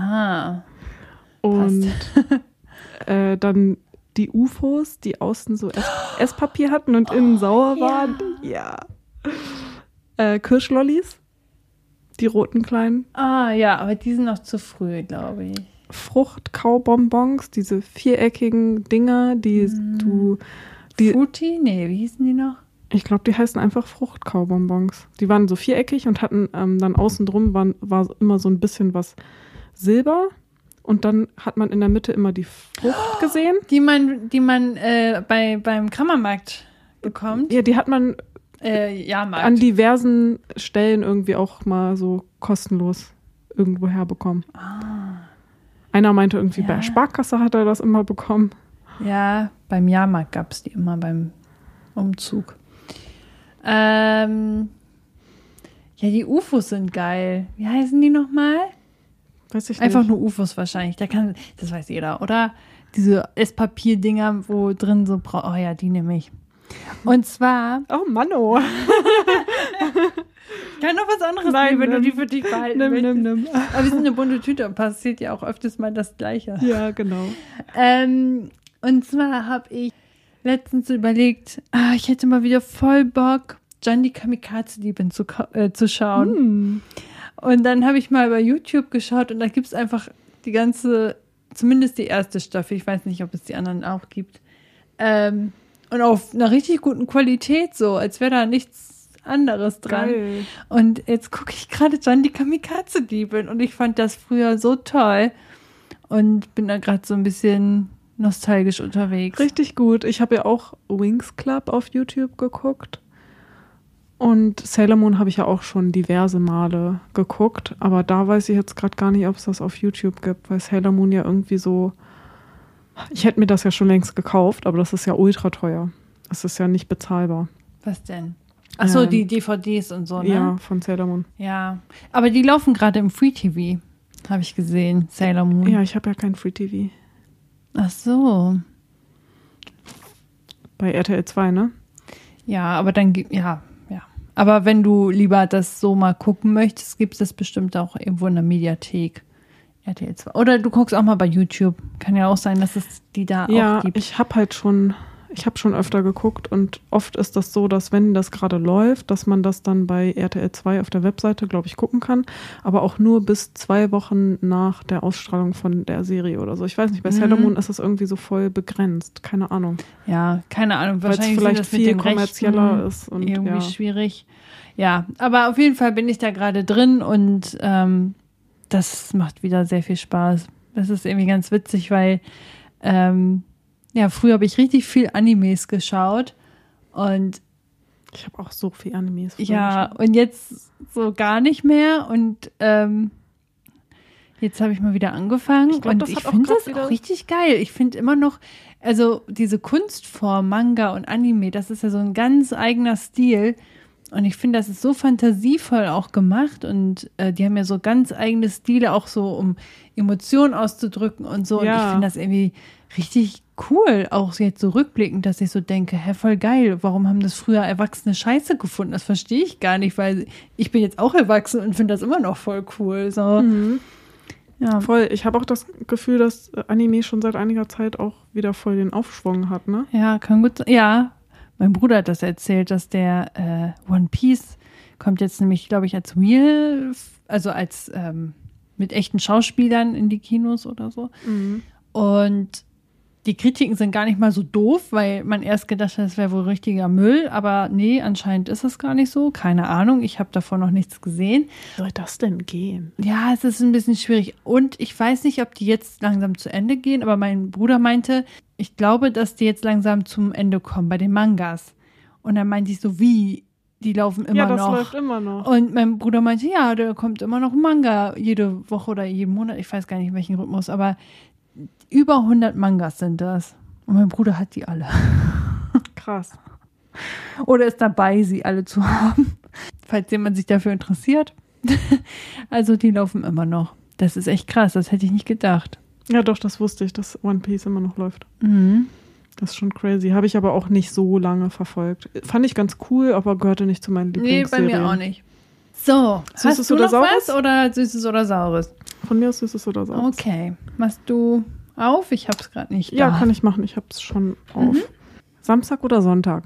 Und dann die UFOs, die außen so Esspapier hatten und innen sauer waren. Ja. Kirschlollis, die roten kleinen. Ja, aber die sind noch zu früh, glaube ich. Fruchtkaubonbons, diese viereckigen Dinger, die Fruity? Nee, wie hießen die noch? Ich glaube, die heißen einfach Fruchtkaubonbons. Die waren so viereckig und hatten dann außen drum war immer so ein bisschen was Silber und dann hat man in der Mitte immer die Frucht gesehen. Die man beim Krammermarkt bekommt? Ja, die hat man an diversen Stellen irgendwie auch mal so kostenlos irgendwo herbekommen. Einer meinte irgendwie, bei der Sparkasse hat er das immer bekommen. Ja, beim Jahrmarkt gab es die immer beim Umzug. Ja, die UFOs sind geil. Wie heißen die nochmal? Weiß ich nicht. Einfach nur UFOs wahrscheinlich. Das weiß jeder, oder? diese Esspapier-Dinger, wo drin so, oh ja, die nehme ich. Und zwar... Oh Mann, oh. Ich kann noch was anderes nehmen, wenn du die für dich behalten möchtest. Nimm. Aber wir sind eine bunte Tüte und passiert ja auch öfters mal das Gleiche. Ja, genau. Und zwar habe ich letztens überlegt, ich hätte mal wieder voll Bock, Jan die Kamikaze-Diebin zu schauen. Und dann habe ich mal bei YouTube geschaut und da gibt es einfach die ganze, zumindest die erste Staffel, ich weiß nicht, ob es die anderen auch gibt, und auf einer richtig guten Qualität so, als wäre da nichts anderes dran. Geil. Und jetzt gucke ich gerade Jan die Kamikaze-Diebin und ich fand das früher so toll und bin da gerade so ein bisschen nostalgisch unterwegs. Richtig gut. Ich habe ja auch Winx Club auf YouTube geguckt. Und Sailor Moon habe ich ja auch schon diverse Male geguckt. Aber da weiß ich jetzt gerade gar nicht, ob es das auf YouTube gibt, weil Sailor Moon ja irgendwie so... Ich hätte mir das ja schon längst gekauft, aber das ist ja ultra teuer. Das ist ja nicht bezahlbar. Was denn? Achso, die DVDs und so, ne? Ja, von Sailor Moon. Ja, aber die laufen gerade im Free TV, habe ich gesehen, Sailor Moon. Ja, ich habe ja kein Free TV. Ach so. Bei RTL 2, ne? Ja, aber dann, ja. Aber wenn du lieber das so mal gucken möchtest, gibt es das bestimmt auch irgendwo in der Mediathek. RTL 2. Oder du guckst auch mal bei YouTube. Kann ja auch sein, dass es die da auch gibt. Ich habe schon öfter geguckt und oft ist das so, dass wenn das gerade läuft, dass man das dann bei RTL 2 auf der Webseite, glaube ich, gucken kann, aber auch nur bis 2 Wochen nach der Ausstrahlung von der Serie oder so. Ich weiß nicht, bei Sailor Moon ist das irgendwie so voll begrenzt. Keine Ahnung. Ja, keine Ahnung. Weil es vielleicht viel kommerzieller ist. Und irgendwie schwierig. Ja, aber auf jeden Fall bin ich da gerade drin und das macht wieder sehr viel Spaß. Das ist irgendwie ganz witzig, weil früher habe ich richtig viel Animes geschaut und ich habe auch so viel Animes geschaut. Und jetzt so gar nicht mehr und jetzt habe ich mal wieder angefangen ich finde das auch richtig geil. Ich finde immer noch, also diese Kunstform Manga und Anime, das ist ja so ein ganz eigener Stil. Und ich finde, das ist so fantasievoll auch gemacht und die haben ja so ganz eigene Stile, auch so, um Emotionen auszudrücken und so. Ja. Und ich finde das irgendwie richtig cool, auch jetzt so rückblickend, dass ich so denke, voll geil, warum haben das früher Erwachsene Scheiße gefunden? Das verstehe ich gar nicht, weil ich bin jetzt auch erwachsen und finde das immer noch voll cool. So. Mhm. Ja. Voll. Ich habe auch das Gefühl, dass Anime schon seit einiger Zeit auch wieder voll den Aufschwung hat, ne? Ja, kann gut sein. Ja. Mein Bruder hat das erzählt, dass der One Piece kommt jetzt nämlich, glaube ich, als als mit echten Schauspielern in die Kinos oder so. Mhm. Und die Kritiken sind gar nicht mal so doof, weil man erst gedacht hat, das wäre wohl richtiger Müll. Aber nee, anscheinend ist es gar nicht so. Keine Ahnung, ich habe davon noch nichts gesehen. Wie soll das denn gehen? Ja, es ist ein bisschen schwierig. Und ich weiß nicht, ob die jetzt langsam zu Ende gehen, aber mein Bruder meinte, ich glaube, dass die jetzt langsam zum Ende kommen bei den Mangas. Und dann meinte ich so, wie? Die laufen immer noch. Ja, das läuft immer noch. Und mein Bruder meinte, ja, da kommt immer noch ein Manga jede Woche oder jeden Monat. Ich weiß gar nicht, in welchen Rhythmus, aber über 100 Mangas sind das. Und mein Bruder hat die alle. Krass. Oder ist dabei, sie alle zu haben. Falls jemand sich dafür interessiert. Also die laufen immer noch. Das ist echt krass, das hätte ich nicht gedacht. Ja doch, das wusste ich, dass One Piece immer noch läuft. Mhm. Das ist schon crazy. Habe ich aber auch nicht so lange verfolgt. Fand ich ganz cool, aber gehörte nicht zu meinen Lieblingsserien. Nee, bei mir auch nicht. So, Süßes hast du oder noch Saures? was oder Süßes oder Saures? Von mir aus Süßes oder Saures. Okay. Machst du auf? Ich hab's gerade nicht da. Ja, kann ich machen. Ich hab's schon auf. Samstag oder Sonntag?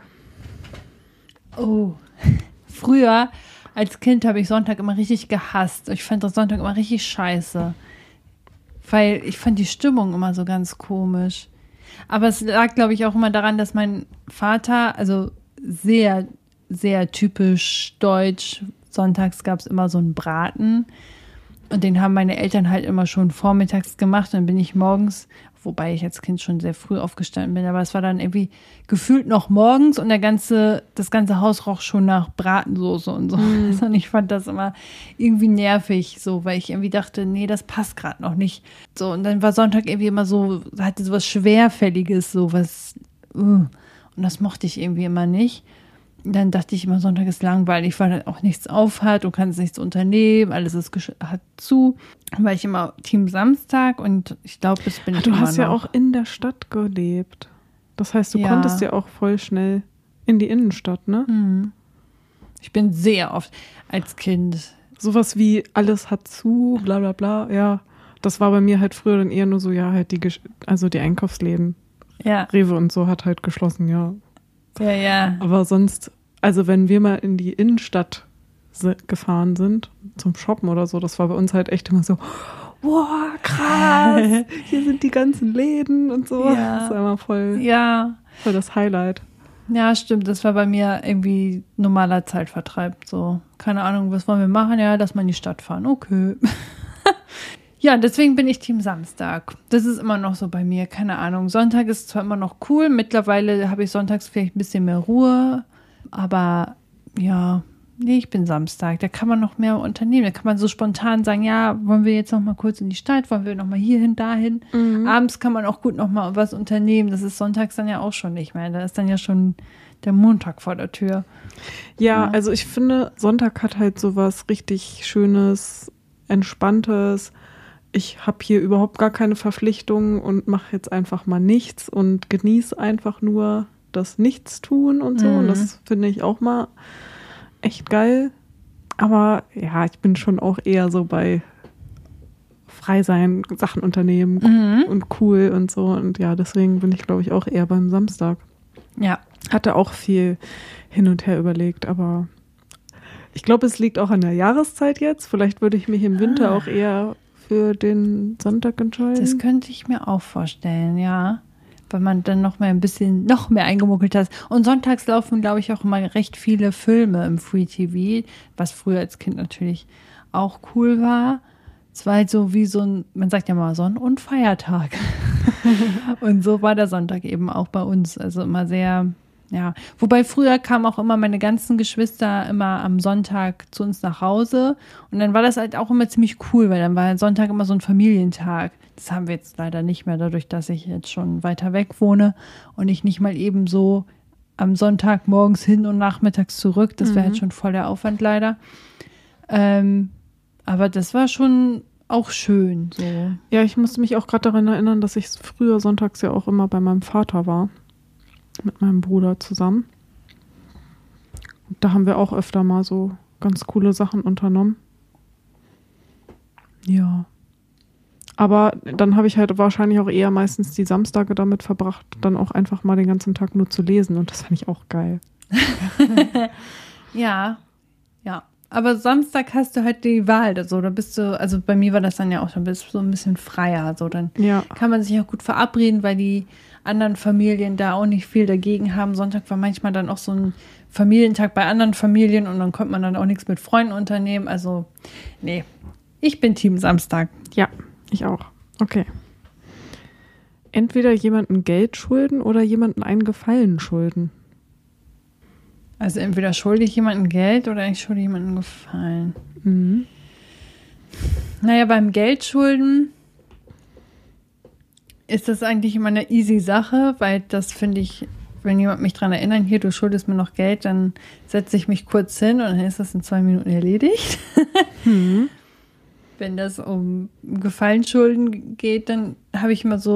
Oh. Früher als Kind habe ich Sonntag immer richtig gehasst. Ich fand das Sonntag immer richtig scheiße. Weil ich fand die Stimmung immer so ganz komisch. Aber es lag, glaube ich, auch immer daran, dass mein Vater, also sehr, sehr typisch deutsch, sonntags gab es immer so einen Braten. Und den haben meine Eltern halt immer schon vormittags gemacht. Dann bin ich morgens, wobei ich als Kind schon sehr früh aufgestanden bin, aber es war dann irgendwie gefühlt noch morgens und das ganze Haus roch schon nach Bratensoße und so. Mhm. Und ich fand das immer irgendwie nervig, so, weil ich irgendwie dachte, nee, das passt gerade noch nicht. So, und dann war Sonntag irgendwie immer so, hatte so was Schwerfälliges, so was, und das mochte ich irgendwie immer nicht. dann dachte ich immer, Sonntag ist langweilig, weil dann auch nichts auf hat, du kannst nichts unternehmen, alles ist hat zu. Dann war ich immer Team Samstag und ich glaube, das bin ich Du immer hast ja noch. auch in der Stadt gelebt. Das heißt, du Ja. konntest ja auch voll schnell in die Innenstadt, ne? Ich bin sehr oft als Kind. Sowas wie alles hat zu, bla bla bla, ja. Das war bei mir halt früher dann eher nur so, ja, halt die Einkaufsläden. Ja, Rewe und so hat halt geschlossen, ja. ja. Aber sonst, also wenn wir mal in die Innenstadt gefahren sind, zum Shoppen oder so, das war bei uns halt echt immer so, wow, krass, hier sind die ganzen Läden und so. Ja. Das war immer voll das Highlight. Ja, stimmt. Das war bei mir irgendwie normaler Zeitvertreib. So, keine Ahnung, was wollen wir machen? Ja, lass mal in die Stadt fahren. Okay. Ja, deswegen bin ich Team Samstag. Das ist immer noch so bei mir. Keine Ahnung. Sonntag ist zwar immer noch cool. Mittlerweile habe ich sonntags vielleicht ein bisschen mehr Ruhe. Aber ja, nee, ich bin Samstag. Da kann man noch mehr unternehmen. Da kann man so spontan sagen, ja, wollen wir jetzt noch mal kurz in die Stadt? Wollen wir noch mal hierhin, dahin? Abends kann man auch gut noch mal was unternehmen. Das ist sonntags dann ja auch schon nicht mehr. Da ist dann ja schon der Montag vor der Tür. Ja, also ich finde, Sonntag hat halt so was richtig Schönes, Entspanntes. Ich habe hier überhaupt gar keine Verpflichtungen und mache jetzt einfach mal nichts und genieße einfach nur das Nichtstun und so. Und das finde ich auch mal echt geil. Aber ja, ich bin schon auch eher so bei frei sein, Sachen unternehmen und cool und so. Und ja, deswegen bin ich, glaube ich, auch eher beim Samstag. Ja. Hatte auch viel hin und her überlegt, aber ich glaube, es liegt auch an der Jahreszeit jetzt. Vielleicht würde ich mich im Winter auch eher für den Sonntag entscheiden. Das könnte ich mir auch vorstellen, ja. Weil man dann noch mehr eingemuckelt hat. Und sonntags laufen, glaube ich, auch immer recht viele Filme im Free TV, was früher als Kind natürlich auch cool war. Es war halt so wie so ein, man sagt ja mal Sonn- und Feiertag. Und so war der Sonntag eben auch bei uns. Also immer sehr, ja. Wobei früher kamen auch immer meine ganzen Geschwister immer am Sonntag zu uns nach Hause. Und dann war das halt auch immer ziemlich cool, weil dann war Sonntag immer so ein Familientag. Das haben wir jetzt leider nicht mehr, dadurch, dass ich jetzt schon weiter weg wohne und ich nicht mal eben so am Sonntag morgens hin und nachmittags zurück. Das wäre halt schon voll der Aufwand leider. Aber das war schon auch schön. So. Ja, ich musste mich auch gerade daran erinnern, dass ich früher sonntags ja auch immer bei meinem Vater war. Mit meinem Bruder zusammen. Und da haben wir auch öfter mal so ganz coole Sachen unternommen. Ja. Aber dann habe ich halt wahrscheinlich auch eher meistens die Samstage damit verbracht, dann auch einfach mal den ganzen Tag nur zu lesen. Und das fand ich auch geil. Ja. Aber Samstag hast du halt die Wahl. Also, da bist du, also bei mir war das dann ja auch, dann bist du so ein bisschen freier. So, dann kann man sich auch gut verabreden, weil die anderen Familien da auch nicht viel dagegen haben. Sonntag war manchmal dann auch so ein Familientag bei anderen Familien und dann konnte man dann auch nichts mit Freunden unternehmen. Also, nee, ich bin Team Samstag. Ja, ich auch. Okay. Entweder jemandem Geld schulden oder jemandem einen Gefallen schulden. Also entweder schulde ich jemandem Geld oder ich schulde jemandem Gefallen. Naja, beim Geldschulden ist das eigentlich immer eine easy Sache, weil das finde ich, wenn jemand mich daran erinnert, hier, du schuldest mir noch Geld, dann setze ich mich kurz hin und dann ist das in 2 Minuten erledigt. Wenn das um Gefallenschulden geht, dann habe ich immer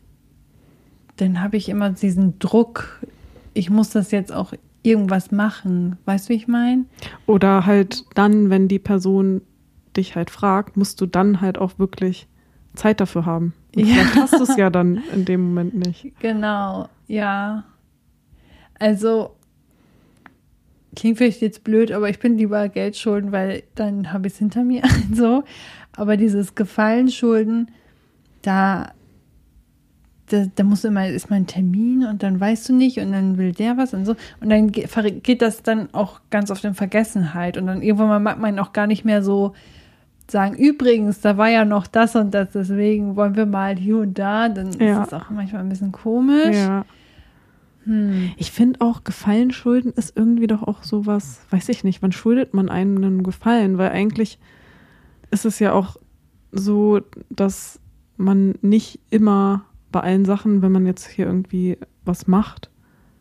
diesen Druck, ich muss das jetzt auch irgendwas machen. Weißt du, wie ich meine? Oder halt dann, wenn die Person dich halt fragt, musst du dann halt auch wirklich Zeit dafür haben. Und vielleicht hast du es ja dann in dem Moment nicht. Genau, ja. Also, klingt vielleicht jetzt blöd, aber ich bin lieber Geld schulden, weil dann habe ich es hinter mir. So. Aber dieses Gefallenschulden, da muss immer, ist mal ein Termin und dann weißt du nicht und dann will der was und so. Und dann geht das dann auch ganz oft in Vergessenheit. Und dann irgendwann mal mag man auch gar nicht mehr so sagen, übrigens, da war ja noch das und das, deswegen wollen wir mal hier und da. Dann ist es auch manchmal ein bisschen komisch. Ja. Ich finde auch, Gefallen schulden ist irgendwie doch auch sowas, weiß ich nicht, wann schuldet man einem einen Gefallen? Weil eigentlich ist es ja auch so, dass man nicht immer bei allen Sachen, wenn man jetzt hier irgendwie was macht,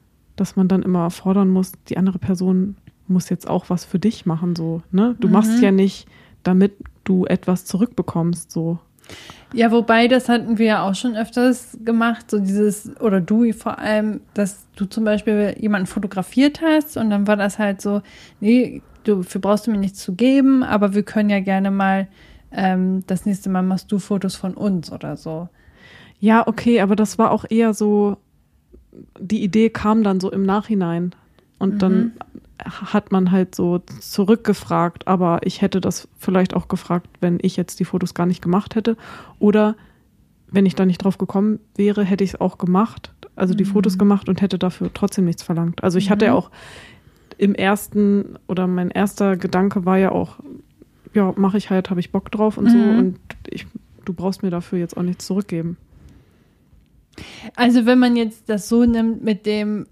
dass man dann immer fordern muss, die andere Person muss jetzt auch was für dich machen, so, ne? Du machst ja nicht, damit du etwas zurückbekommst, so. Ja, wobei, das hatten wir ja auch schon öfters gemacht, so dieses, oder du vor allem, dass du zum Beispiel jemanden fotografiert hast und dann war das halt so, nee, dafür brauchst du mir nichts zu geben, aber wir können ja gerne mal, das nächste Mal machst du Fotos von uns oder so. Ja, okay, aber das war auch eher so, die Idee kam dann so im Nachhinein und dann hat man halt so zurückgefragt, aber ich hätte das vielleicht auch gefragt, wenn ich jetzt die Fotos gar nicht gemacht hätte oder wenn ich da nicht drauf gekommen wäre, hätte ich es auch gemacht, also die Fotos gemacht und hätte dafür trotzdem nichts verlangt. Also ich hatte ja auch im ersten oder mein erster Gedanke war ja auch, ja, mache ich halt, habe ich Bock drauf und so und du brauchst mir dafür jetzt auch nichts zurückgeben. Also wenn man jetzt das so nimmt mit dem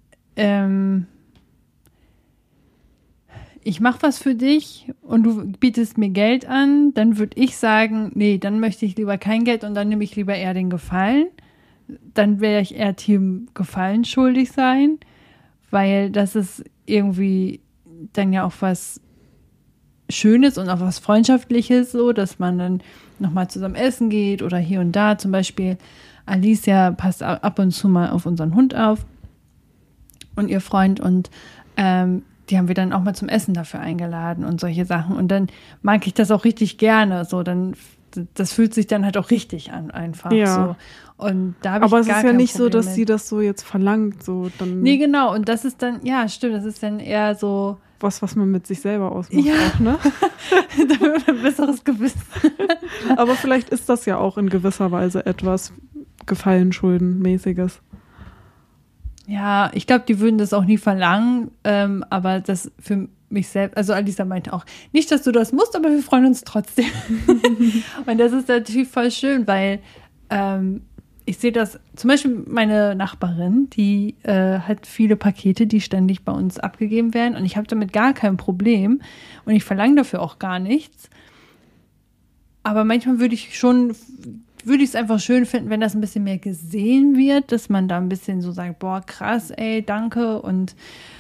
ich mache was für dich und du bietest mir Geld an, dann würde ich sagen, nee, dann möchte ich lieber kein Geld und dann nehme ich lieber eher den Gefallen. Dann wäre ich eher Team Gefallen schuldig sein, weil das ist irgendwie dann ja auch was Schönes und auch was Freundschaftliches, so, dass man dann nochmal zusammen essen geht oder hier und da. Zum Beispiel Alicia passt ab und zu mal auf unseren Hund auf und ihr Freund und die haben wir dann auch mal zum Essen dafür eingeladen und solche Sachen. Und dann mag ich das auch richtig gerne. So, dann, das fühlt sich dann halt auch richtig an, einfach. Ja. So. Und da habe ich aber es gar ist ja kein nicht so, Problem dass mit. sie das so jetzt verlangt. So, dann Nee, genau. Und das ist dann, ja, stimmt, das ist dann eher so. was man mit sich selber ausmacht, Ja. auch, ne? Ein besseres Gewissen. Aber vielleicht ist das ja auch in gewisser Weise etwas Gefallen-Schulden-mäßiges. Ja, ich glaube, die würden das auch nie verlangen, aber das für mich selbst, also Alisa meinte auch, nicht, dass du das musst, aber wir freuen uns trotzdem. Und das ist natürlich voll schön, weil ich sehe das, zum Beispiel meine Nachbarin, die hat viele Pakete, die ständig bei uns abgegeben werden und ich habe damit gar kein Problem und ich verlange dafür auch gar nichts. Aber manchmal würde ich es einfach schön finden, wenn das ein bisschen mehr gesehen wird, dass man da ein bisschen so sagt, boah, krass, ey, danke und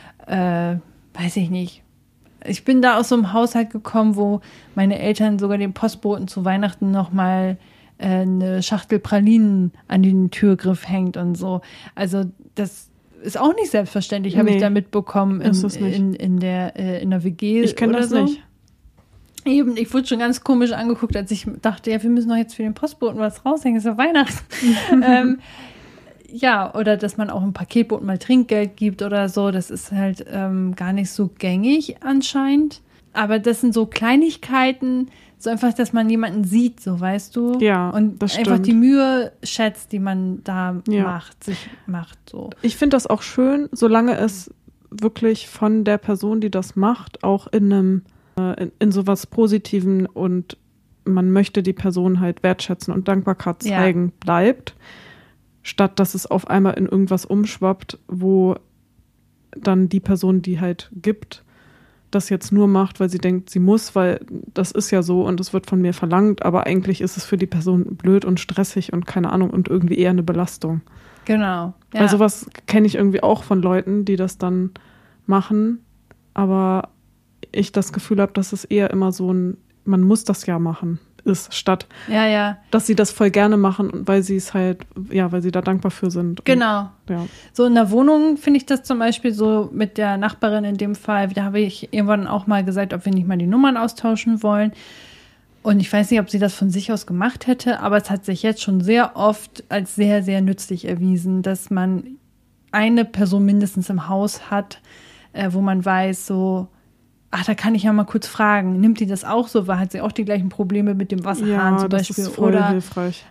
weiß ich nicht. Ich bin da aus so einem Haushalt gekommen, wo meine Eltern sogar den Postboten zu Weihnachten nochmal eine Schachtel Pralinen an den Türgriff hängt und so. Also das ist auch nicht selbstverständlich, habe ich da mitbekommen in der WG. Ich kenne das so. nicht. Eben, ich wurde schon ganz komisch angeguckt, als ich dachte, ja, wir müssen doch jetzt für den Postboten was raushängen, ist ja Weihnachten. Ja, oder dass man auch einem Paketboten mal Trinkgeld gibt oder so, das ist halt gar nicht so gängig anscheinend. Aber das sind so Kleinigkeiten, so einfach, dass man jemanden sieht, so, weißt du? Ja, und das einfach stimmt. die Mühe schätzt, die man da sich macht, so. Ich finde das auch schön, solange es wirklich von der Person, die das macht, auch in sowas Positiven und man möchte die Person halt wertschätzen und Dankbarkeit zeigen, bleibt, statt dass es auf einmal in irgendwas umschwappt, wo dann die Person, die halt gibt, das jetzt nur macht, weil sie denkt, sie muss, weil das ist ja so und es wird von mir verlangt, aber eigentlich ist es für die Person blöd und stressig und keine Ahnung und irgendwie eher eine Belastung. Genau. Ja. Weil sowas kenne ich irgendwie auch von Leuten, die das dann machen, aber ich das Gefühl habe, dass es eher immer so ein, man muss das ja machen, ist, statt dass sie das voll gerne machen, weil sie es halt, weil sie da dankbar für sind. Genau. Und, so in der Wohnung finde ich das zum Beispiel so mit der Nachbarin in dem Fall, da habe ich irgendwann auch mal gesagt, ob wir nicht mal die Nummern austauschen wollen. Und ich weiß nicht, ob sie das von sich aus gemacht hätte, aber es hat sich jetzt schon sehr oft als sehr, sehr nützlich erwiesen, dass man eine Person mindestens im Haus hat, wo man weiß, so, da kann ich ja mal kurz fragen, nimmt die das auch so wahr? Hat sie auch die gleichen Probleme mit dem Wasserhahn zum Beispiel? Das ist voll hilfreich.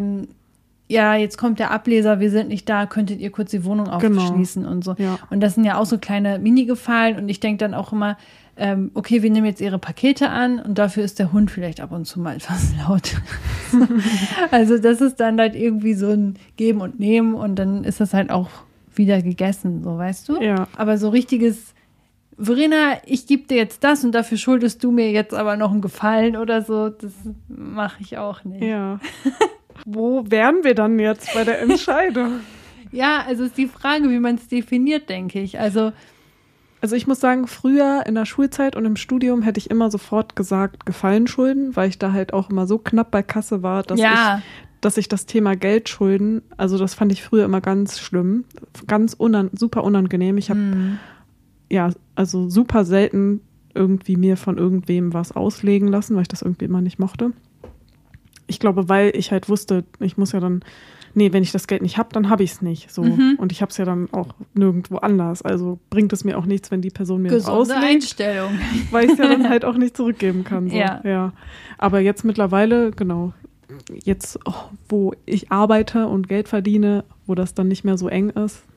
Jetzt kommt der Ableser, wir sind nicht da, könntet ihr kurz die Wohnung aufschließen und so. Ja. Und das sind ja auch so kleine Mini-Gefallen und ich denke dann auch immer, okay, wir nehmen jetzt ihre Pakete an und dafür ist der Hund vielleicht ab und zu mal etwas laut. Also das ist dann halt irgendwie so ein Geben und Nehmen und dann ist das halt auch wieder gegessen, so, weißt du? Ja. Aber so richtiges, Verena, ich gebe dir jetzt das und dafür schuldest du mir jetzt aber noch einen Gefallen oder so, das mache ich auch nicht. Ja. Wo wären wir dann jetzt bei der Entscheidung? Ja, also ist die Frage, wie man es definiert, denke ich. Also ich muss sagen, früher in der Schulzeit und im Studium hätte ich immer sofort gesagt, Gefallenschulden, weil ich da halt auch immer so knapp bei Kasse war, dass ich das Thema Geldschulden, also das fand ich früher immer ganz schlimm, ganz super unangenehm. Ich habe also super selten irgendwie mir von irgendwem was auslegen lassen, weil ich das irgendwie immer nicht mochte. Ich glaube, weil ich halt wusste, ich muss ja dann, wenn ich das Geld nicht habe, dann habe ich es nicht. So. Und ich habe es ja dann auch nirgendwo anders. Also bringt es mir auch nichts, wenn die Person mir das auslegt. Einstellung. Weil ich es ja dann halt auch nicht zurückgeben kann. So. Ja. Aber jetzt mittlerweile, genau, jetzt, wo ich arbeite und Geld verdiene, wo das dann nicht mehr so eng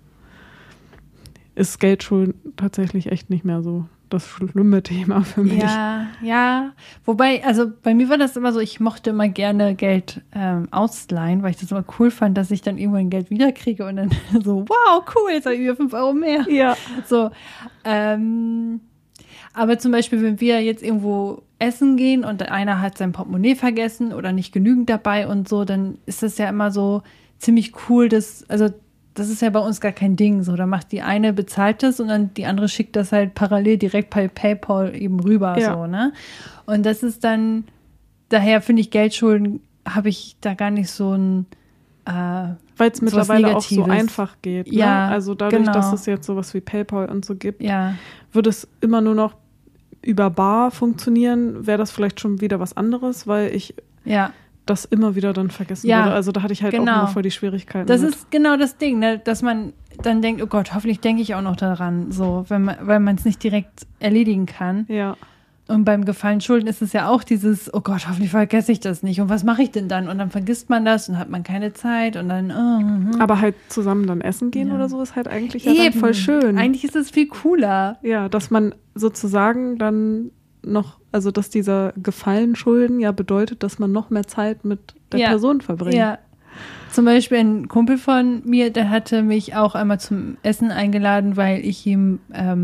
ist Geldschulden tatsächlich echt nicht mehr so das schlimme Thema für mich. Ja. Wobei, also bei mir war das immer so, ich mochte immer gerne Geld ausleihen, weil ich das immer cool fand, dass ich dann irgendwann Geld wiederkriege und dann so, wow, cool, jetzt habe ich wieder 5 Euro mehr. Ja. So, aber zum Beispiel, wenn wir jetzt irgendwo essen gehen und einer hat sein Portemonnaie vergessen oder nicht genügend dabei und so, dann ist das ja immer so ziemlich cool, das ist ja bei uns gar kein Ding. So, da macht die eine, bezahlt das und dann die andere schickt das halt parallel direkt bei PayPal eben rüber. Ja. So, ne? Und das ist dann, daher finde ich Geldschulden, habe ich da gar nicht so ein weil es mittlerweile auch so einfach geht. Ne? Ja, also dadurch, genau. dass es jetzt sowas wie PayPal und so gibt, Ja. würde es immer nur noch über Bar funktionieren, wäre das vielleicht schon wieder was anderes, weil ich das immer wieder dann vergessen würde. Also da hatte ich halt auch immer voll die Schwierigkeiten. Das ist genau das Ding, ne? Dass man dann denkt, oh Gott, hoffentlich denke ich auch noch daran, so, weil man es nicht direkt erledigen kann. Ja. Und beim Gefallenschulden ist es ja auch dieses, oh Gott, hoffentlich vergesse ich das nicht. Und was mache ich denn dann? Und dann vergisst man das und hat man keine Zeit und dann. Aber halt zusammen dann essen gehen oder so ist halt eigentlich ja dann voll schön. Eigentlich ist es viel cooler. Ja, dass man sozusagen dann noch, also dass dieser Gefallenschulden ja bedeutet, dass man noch mehr Zeit mit der Person verbringt. Ja. Zum Beispiel ein Kumpel von mir, der hatte mich auch einmal zum Essen eingeladen, weil ich ihm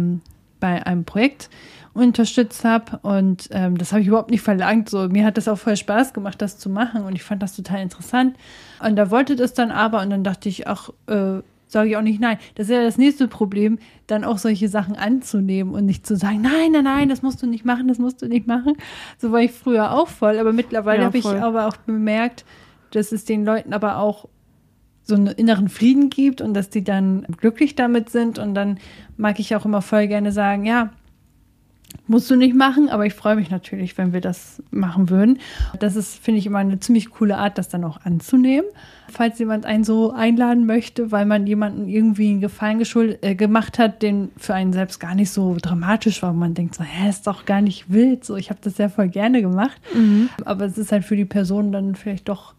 bei einem Projekt unterstützt habe und das habe ich überhaupt nicht verlangt. So, mir hat das auch voll Spaß gemacht, das zu machen und ich fand das total interessant. Und da wollte das dann aber und dann dachte ich, sage ich auch nicht nein. Das ist ja das nächste Problem, dann auch solche Sachen anzunehmen und nicht zu sagen, nein, das musst du nicht machen, das musst du nicht machen. So war ich früher auch voll, aber mittlerweile habe ich aber auch bemerkt, dass es den Leuten aber auch so einen inneren Frieden gibt und dass die dann glücklich damit sind und dann mag ich auch immer voll gerne sagen, ja, musst du nicht machen, aber ich freue mich natürlich, wenn wir das machen würden. Das ist, finde ich, immer eine ziemlich coole Art, das dann auch anzunehmen. Falls jemand einen so einladen möchte, weil man jemanden irgendwie einen Gefallen gemacht hat, den für einen selbst gar nicht so dramatisch war. Und man denkt so, ist doch gar nicht wild. So, ich habe das ja voll gerne gemacht. Aber es ist halt für die Person dann vielleicht doch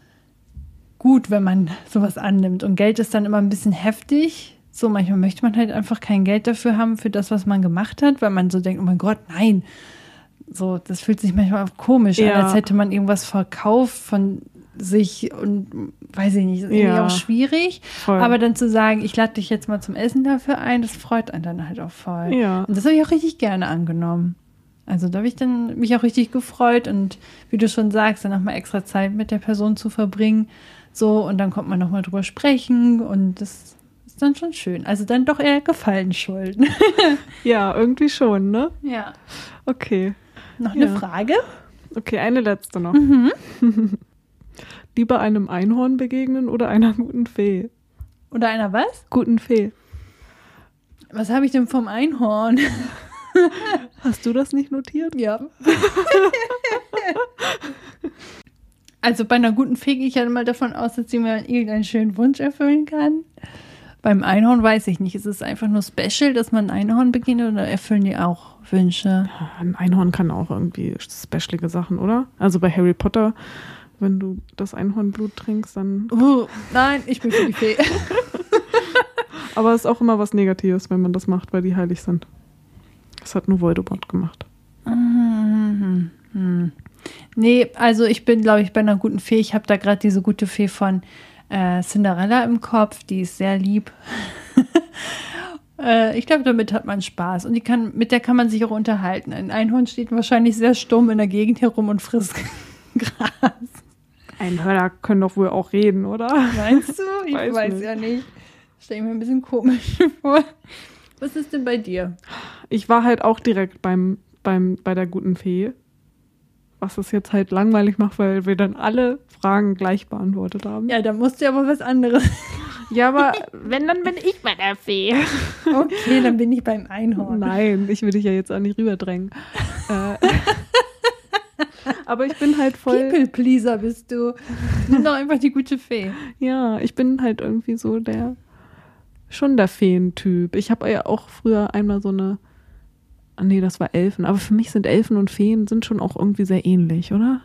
gut, wenn man sowas annimmt. Und Geld ist dann immer ein bisschen heftig. So, manchmal möchte man halt einfach kein Geld dafür haben, für das, was man gemacht hat, weil man so denkt, oh mein Gott, nein. So, das fühlt sich manchmal auch komisch an, als hätte man irgendwas verkauft von sich und weiß ich nicht, ist irgendwie auch schwierig. Voll. Aber dann zu sagen, ich lade dich jetzt mal zum Essen dafür ein, das freut einen dann halt auch voll. Ja. Und das habe ich auch richtig gerne angenommen. Also da habe ich dann mich auch richtig gefreut und wie du schon sagst, dann nochmal extra Zeit mit der Person zu verbringen. So, und dann kommt man nochmal drüber sprechen und das ist dann schon schön. Also dann doch eher Gefallenschulden. Ja, irgendwie schon, ne? Ja. Okay. Noch eine Frage? Okay, eine letzte noch. Lieber einem Einhorn begegnen oder einer guten Fee? Oder einer was? Guten Fee. Was habe ich denn vom Einhorn? Hast du das nicht notiert? Ja. Also bei einer guten Fee gehe ich ja mal davon aus, dass sie mir irgendeinen schönen Wunsch erfüllen kann. Beim Einhorn weiß ich nicht. Ist es einfach nur special, dass man ein Einhorn begegnet oder erfüllen die auch Wünsche? Ja, ein Einhorn kann auch irgendwie specialige Sachen, oder? Also bei Harry Potter, wenn du das Einhornblut trinkst, dann... Nein, ich bin für die Fee. Aber es ist auch immer was Negatives, wenn man das macht, weil die heilig sind. Das hat nur Voldemort gemacht. Nee, also ich bin, glaube ich, bei einer guten Fee. Ich habe da gerade diese gute Fee von Cinderella im Kopf. Die ist sehr lieb. Ich glaube, damit hat man Spaß. Und mit der kann man sich auch unterhalten. Ein Einhorn steht wahrscheinlich sehr stumm in der Gegend herum und frisst Gras. Einhörner können doch wohl auch reden, oder? Meinst du? Ich weiß ja nicht. Stell ich mir ein bisschen komisch vor. Was ist denn bei dir? Ich war halt auch direkt bei der guten Fee. Was es jetzt halt langweilig macht, weil wir dann alle Fragen gleich beantwortet haben. Ja, da musst du aber was anderes. Ja, aber wenn, dann bin ich bei der Fee. Okay, dann bin ich beim Einhorn. Nein, ich will dich ja jetzt auch nicht rüberdrängen. Aber ich bin halt voll... People-Pleaser bist du. Nimm doch einfach die gute Fee. Ja, ich bin halt irgendwie so schon der Feentyp. Ich habe ja auch früher einmal so eine... Nee, das war Elfen. Aber für mich sind Elfen und Feen sind schon auch irgendwie sehr ähnlich, oder?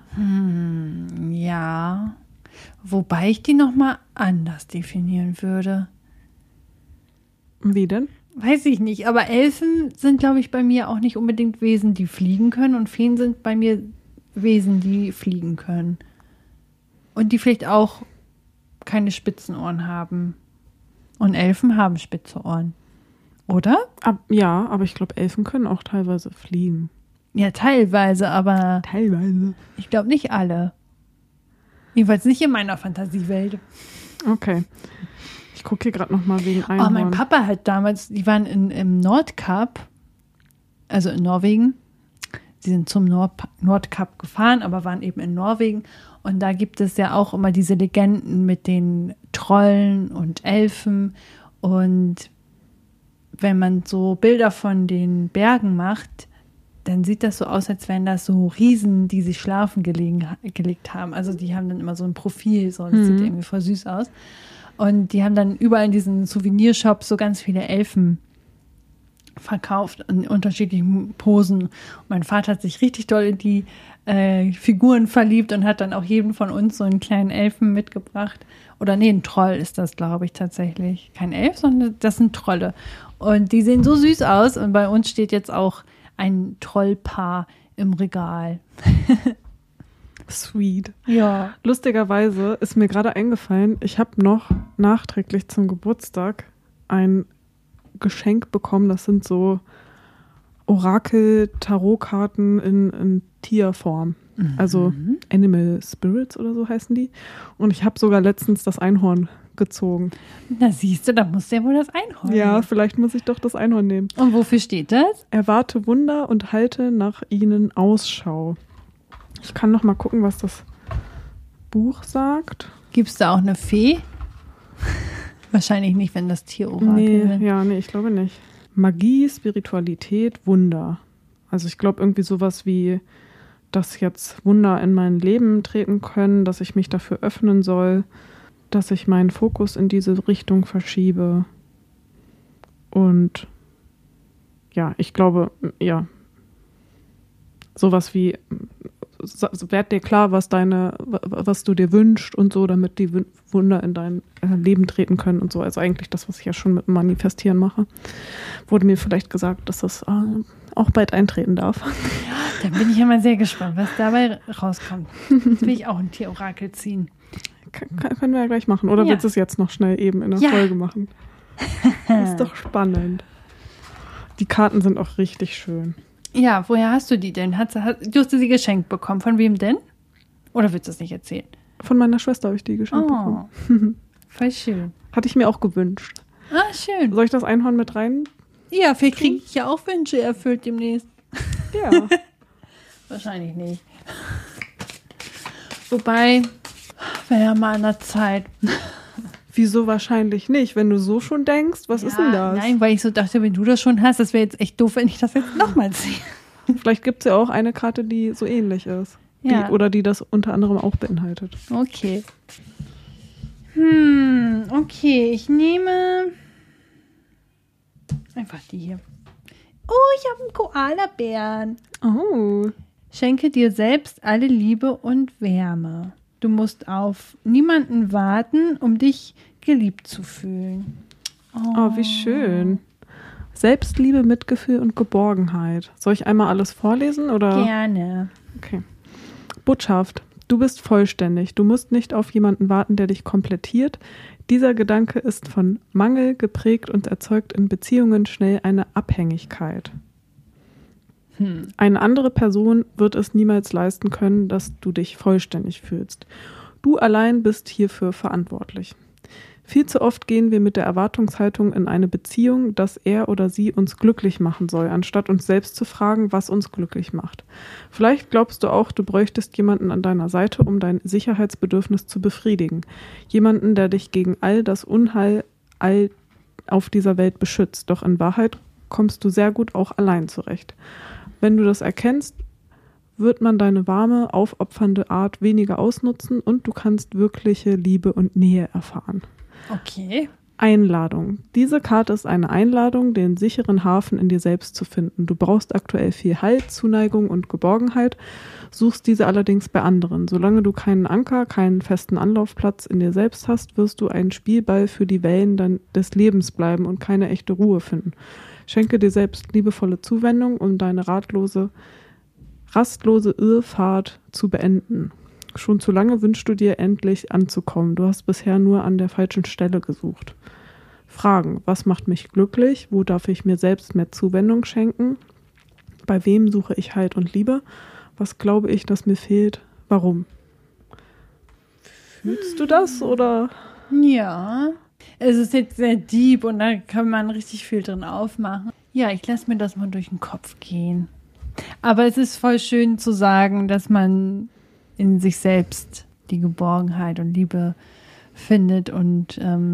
Ja. Wobei ich die nochmal anders definieren würde. Wie denn? Weiß ich nicht. Aber Elfen sind, glaube ich, bei mir auch nicht unbedingt Wesen, die fliegen können. Und Feen sind bei mir Wesen, die fliegen können. Und die vielleicht auch keine spitzen Ohren haben. Und Elfen haben spitze Ohren. Oder? Ja, aber ich glaube, Elfen können auch teilweise fliegen. Ja, teilweise, aber Teilweise. ich glaube nicht alle. Jedenfalls nicht in meiner Fantasiewelt. Okay. Ich gucke hier gerade nochmal wegen Einhorn. Oh, mein Papa hat damals, die waren im Nordkap, also in Norwegen. Sie sind zum Nordkap gefahren, aber waren eben in Norwegen. Und da gibt es ja auch immer diese Legenden mit den Trollen und Elfen. Und wenn man so Bilder von den Bergen macht, dann sieht das so aus, als wären das so Riesen, die sich schlafen gelegt haben. Also die haben dann immer so ein Profil, so, das sieht irgendwie voll süß aus. Und die haben dann überall in diesen Souvenirshops so ganz viele Elfen verkauft in unterschiedlichen Posen. Und mein Vater hat sich richtig doll in die Figuren verliebt und hat dann auch jedem von uns so einen kleinen Elfen mitgebracht. Oder nee, ein Troll ist das, glaube ich, tatsächlich. Kein Elf, sondern das sind Trolle. Und die sehen so süß aus. Und bei uns steht jetzt auch ein Trollpaar im Regal. Sweet. Ja. Lustigerweise ist mir gerade eingefallen, ich habe noch nachträglich zum Geburtstag ein Geschenk bekommen. Das sind so Orakel-Tarotkarten in Tierform. Also Animal Spirits oder so heißen die. Und ich habe sogar letztens das Einhorn gezogen. Na siehst du, da muss ja wohl das Einhorn Ja, nehmen. vielleicht muss ich doch das Einhorn nehmen. Und wofür steht das? Erwarte Wunder und halte nach ihnen Ausschau. Ich kann noch mal gucken, was das Buch sagt. Gibt es da auch eine Fee? Wahrscheinlich nicht, wenn das Tierorakel Nee, ich glaube nicht. Magie, Spiritualität, Wunder. Also ich glaube irgendwie sowas wie, dass jetzt Wunder in mein Leben treten können, dass ich mich dafür öffnen soll, dass ich meinen Fokus in diese Richtung verschiebe. Und ja, ich glaube, ja, sowas wie, werd dir klar, was du dir wünschst und so, damit die Wunder in dein Leben treten können und so. Also eigentlich das, was ich ja schon mit dem Manifestieren mache. Wurde mir vielleicht gesagt, dass das auch bald eintreten darf. Da bin ich ja mal sehr gespannt, was dabei rauskommt. Jetzt will ich auch ein Tierorakel ziehen. Können wir ja gleich machen. Oder willst du es jetzt noch schnell eben in der Folge machen? Das ist doch spannend. Die Karten sind auch richtig schön. Ja, woher hast du die denn? Du hast sie geschenkt bekommen. Von wem denn? Oder willst du es nicht erzählen? Von meiner Schwester habe ich die geschenkt bekommen. Voll schön. Hatte ich mir auch gewünscht. Ah, schön. Soll ich das Einhorn mit rein? Ja, vielleicht kriege ich ja auch Wünsche erfüllt demnächst. Ja. Wahrscheinlich nicht. Wobei, wäre ja mal an der Zeit. Wieso wahrscheinlich nicht? Wenn du so schon denkst, was ist denn das? Nein, weil ich so dachte, wenn du das schon hast, das wäre jetzt echt doof, wenn ich das jetzt nochmal ziehe. Vielleicht gibt es ja auch eine Karte, die so ähnlich ist. Ja. Oder die das unter anderem auch beinhaltet. Okay. Okay, ich nehme einfach die hier. Oh, ich habe einen Koalabären. Oh. Schenke dir selbst alle Liebe und Wärme. Du musst auf niemanden warten, um dich geliebt zu fühlen. Oh, wie schön. Selbstliebe, Mitgefühl und Geborgenheit. Soll ich einmal alles vorlesen, oder? Gerne. Okay. Botschaft. Du bist vollständig. Du musst nicht auf jemanden warten, der dich komplettiert. Dieser Gedanke ist von Mangel geprägt und erzeugt in Beziehungen schnell eine Abhängigkeit. Eine andere Person wird es niemals leisten können, dass du dich vollständig fühlst. Du allein bist hierfür verantwortlich. Viel zu oft gehen wir mit der Erwartungshaltung in eine Beziehung, dass er oder sie uns glücklich machen soll, anstatt uns selbst zu fragen, was uns glücklich macht. Vielleicht glaubst du auch, du bräuchtest jemanden an deiner Seite, um dein Sicherheitsbedürfnis zu befriedigen. Jemanden, der dich gegen all das Unheil auf dieser Welt beschützt. Doch in Wahrheit kommst du sehr gut auch allein zurecht. Wenn du das erkennst, wird man deine warme, aufopfernde Art weniger ausnutzen und du kannst wirkliche Liebe und Nähe erfahren. Okay. Einladung. Diese Karte ist eine Einladung, den sicheren Hafen in dir selbst zu finden. Du brauchst aktuell viel Halt, Zuneigung und Geborgenheit, suchst diese allerdings bei anderen. Solange du keinen Anker, keinen festen Anlaufplatz in dir selbst hast, wirst du ein Spielball für die Wellen des Lebens bleiben und keine echte Ruhe finden. Schenke dir selbst liebevolle Zuwendung, um deine rastlose Irrfahrt zu beenden. Schon zu lange wünschst du dir endlich anzukommen. Du hast bisher nur an der falschen Stelle gesucht. Fragen: Was macht mich glücklich? Wo darf ich mir selbst mehr Zuwendung schenken? Bei wem suche ich Halt und Liebe? Was glaube ich, dass mir fehlt? Warum? Fühlst du das oder? Ja, es ist jetzt sehr deep und da kann man richtig viel drin aufmachen. Ja, ich lasse mir das mal durch den Kopf gehen. Aber es ist voll schön zu sagen, dass man in sich selbst die Geborgenheit und Liebe findet und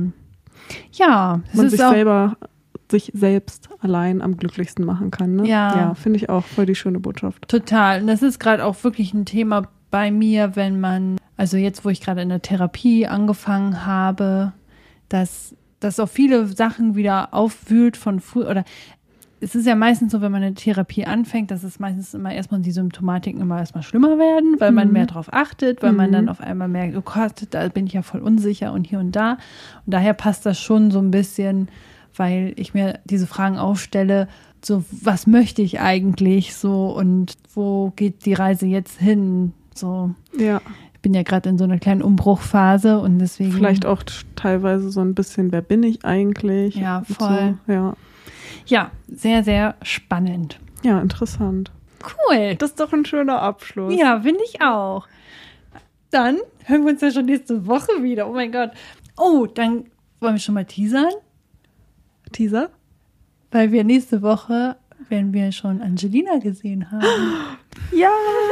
ja, es man ist sich selbst allein am glücklichsten machen kann. Ne? Ja, finde ich auch voll die schöne Botschaft. Total. Und das ist gerade auch wirklich ein Thema bei mir, wenn man, also jetzt, wo ich gerade in der Therapie angefangen habe, dass auch viele Sachen wieder aufwühlt von früher, oder es ist ja meistens so, wenn man eine Therapie anfängt, dass es meistens immer erstmal die Symptomatiken immer erstmal schlimmer werden, weil man mehr drauf achtet, weil man dann auf einmal merkt, oh Gott, da bin ich ja voll unsicher und hier und da. Und daher passt das schon so ein bisschen, weil ich mir diese Fragen aufstelle, so was möchte ich eigentlich so und wo geht die Reise jetzt hin? So. Ja. Ich bin ja gerade in so einer kleinen Umbruchphase und deswegen. Vielleicht auch teilweise so ein bisschen, wer bin ich eigentlich? Ja, voll. So. Ja. Ja, sehr, sehr spannend. Ja, interessant. Cool. Das ist doch ein schöner Abschluss. Ja, finde ich auch. Dann hören wir uns ja schon nächste Woche wieder. Oh mein Gott. Oh, dann wollen wir schon mal teasern. Teaser? Weil wir nächste Woche, wenn wir schon Angelina gesehen haben. Ja,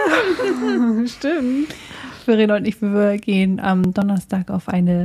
stimmt. Verena und ich, wir gehen am Donnerstag auf wann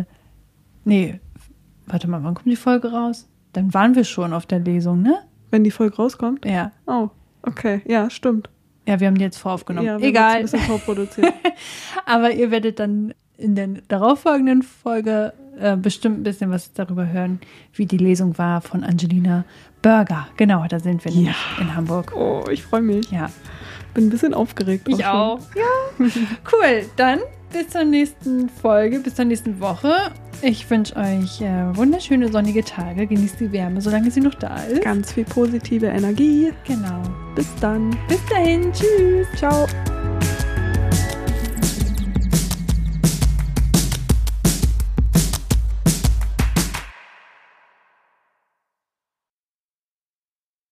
kommt die Folge raus? Dann waren wir schon auf der Lesung, ne? Wenn die Folge rauskommt? Ja. Oh, okay. Ja, stimmt. Ja, wir haben die jetzt voraufgenommen. Ja, egal. Ein bisschen vorproduziert. Aber ihr werdet dann in der darauffolgenden Folge bestimmt ein bisschen was darüber hören, wie die Lesung war von Angelina Burger. Genau, da sind wir nämlich in Hamburg. Oh, ich freue mich. Ja. Bin ein bisschen aufgeregt. Ich auch. Ja. Cool. Dann bis zur nächsten Folge, bis zur nächsten Woche. Ich wünsche euch wunderschöne sonnige Tage. Genießt die Wärme, solange sie noch da ist. Ganz viel positive Energie. Genau. Bis dann. Bis dahin. Tschüss. Ciao.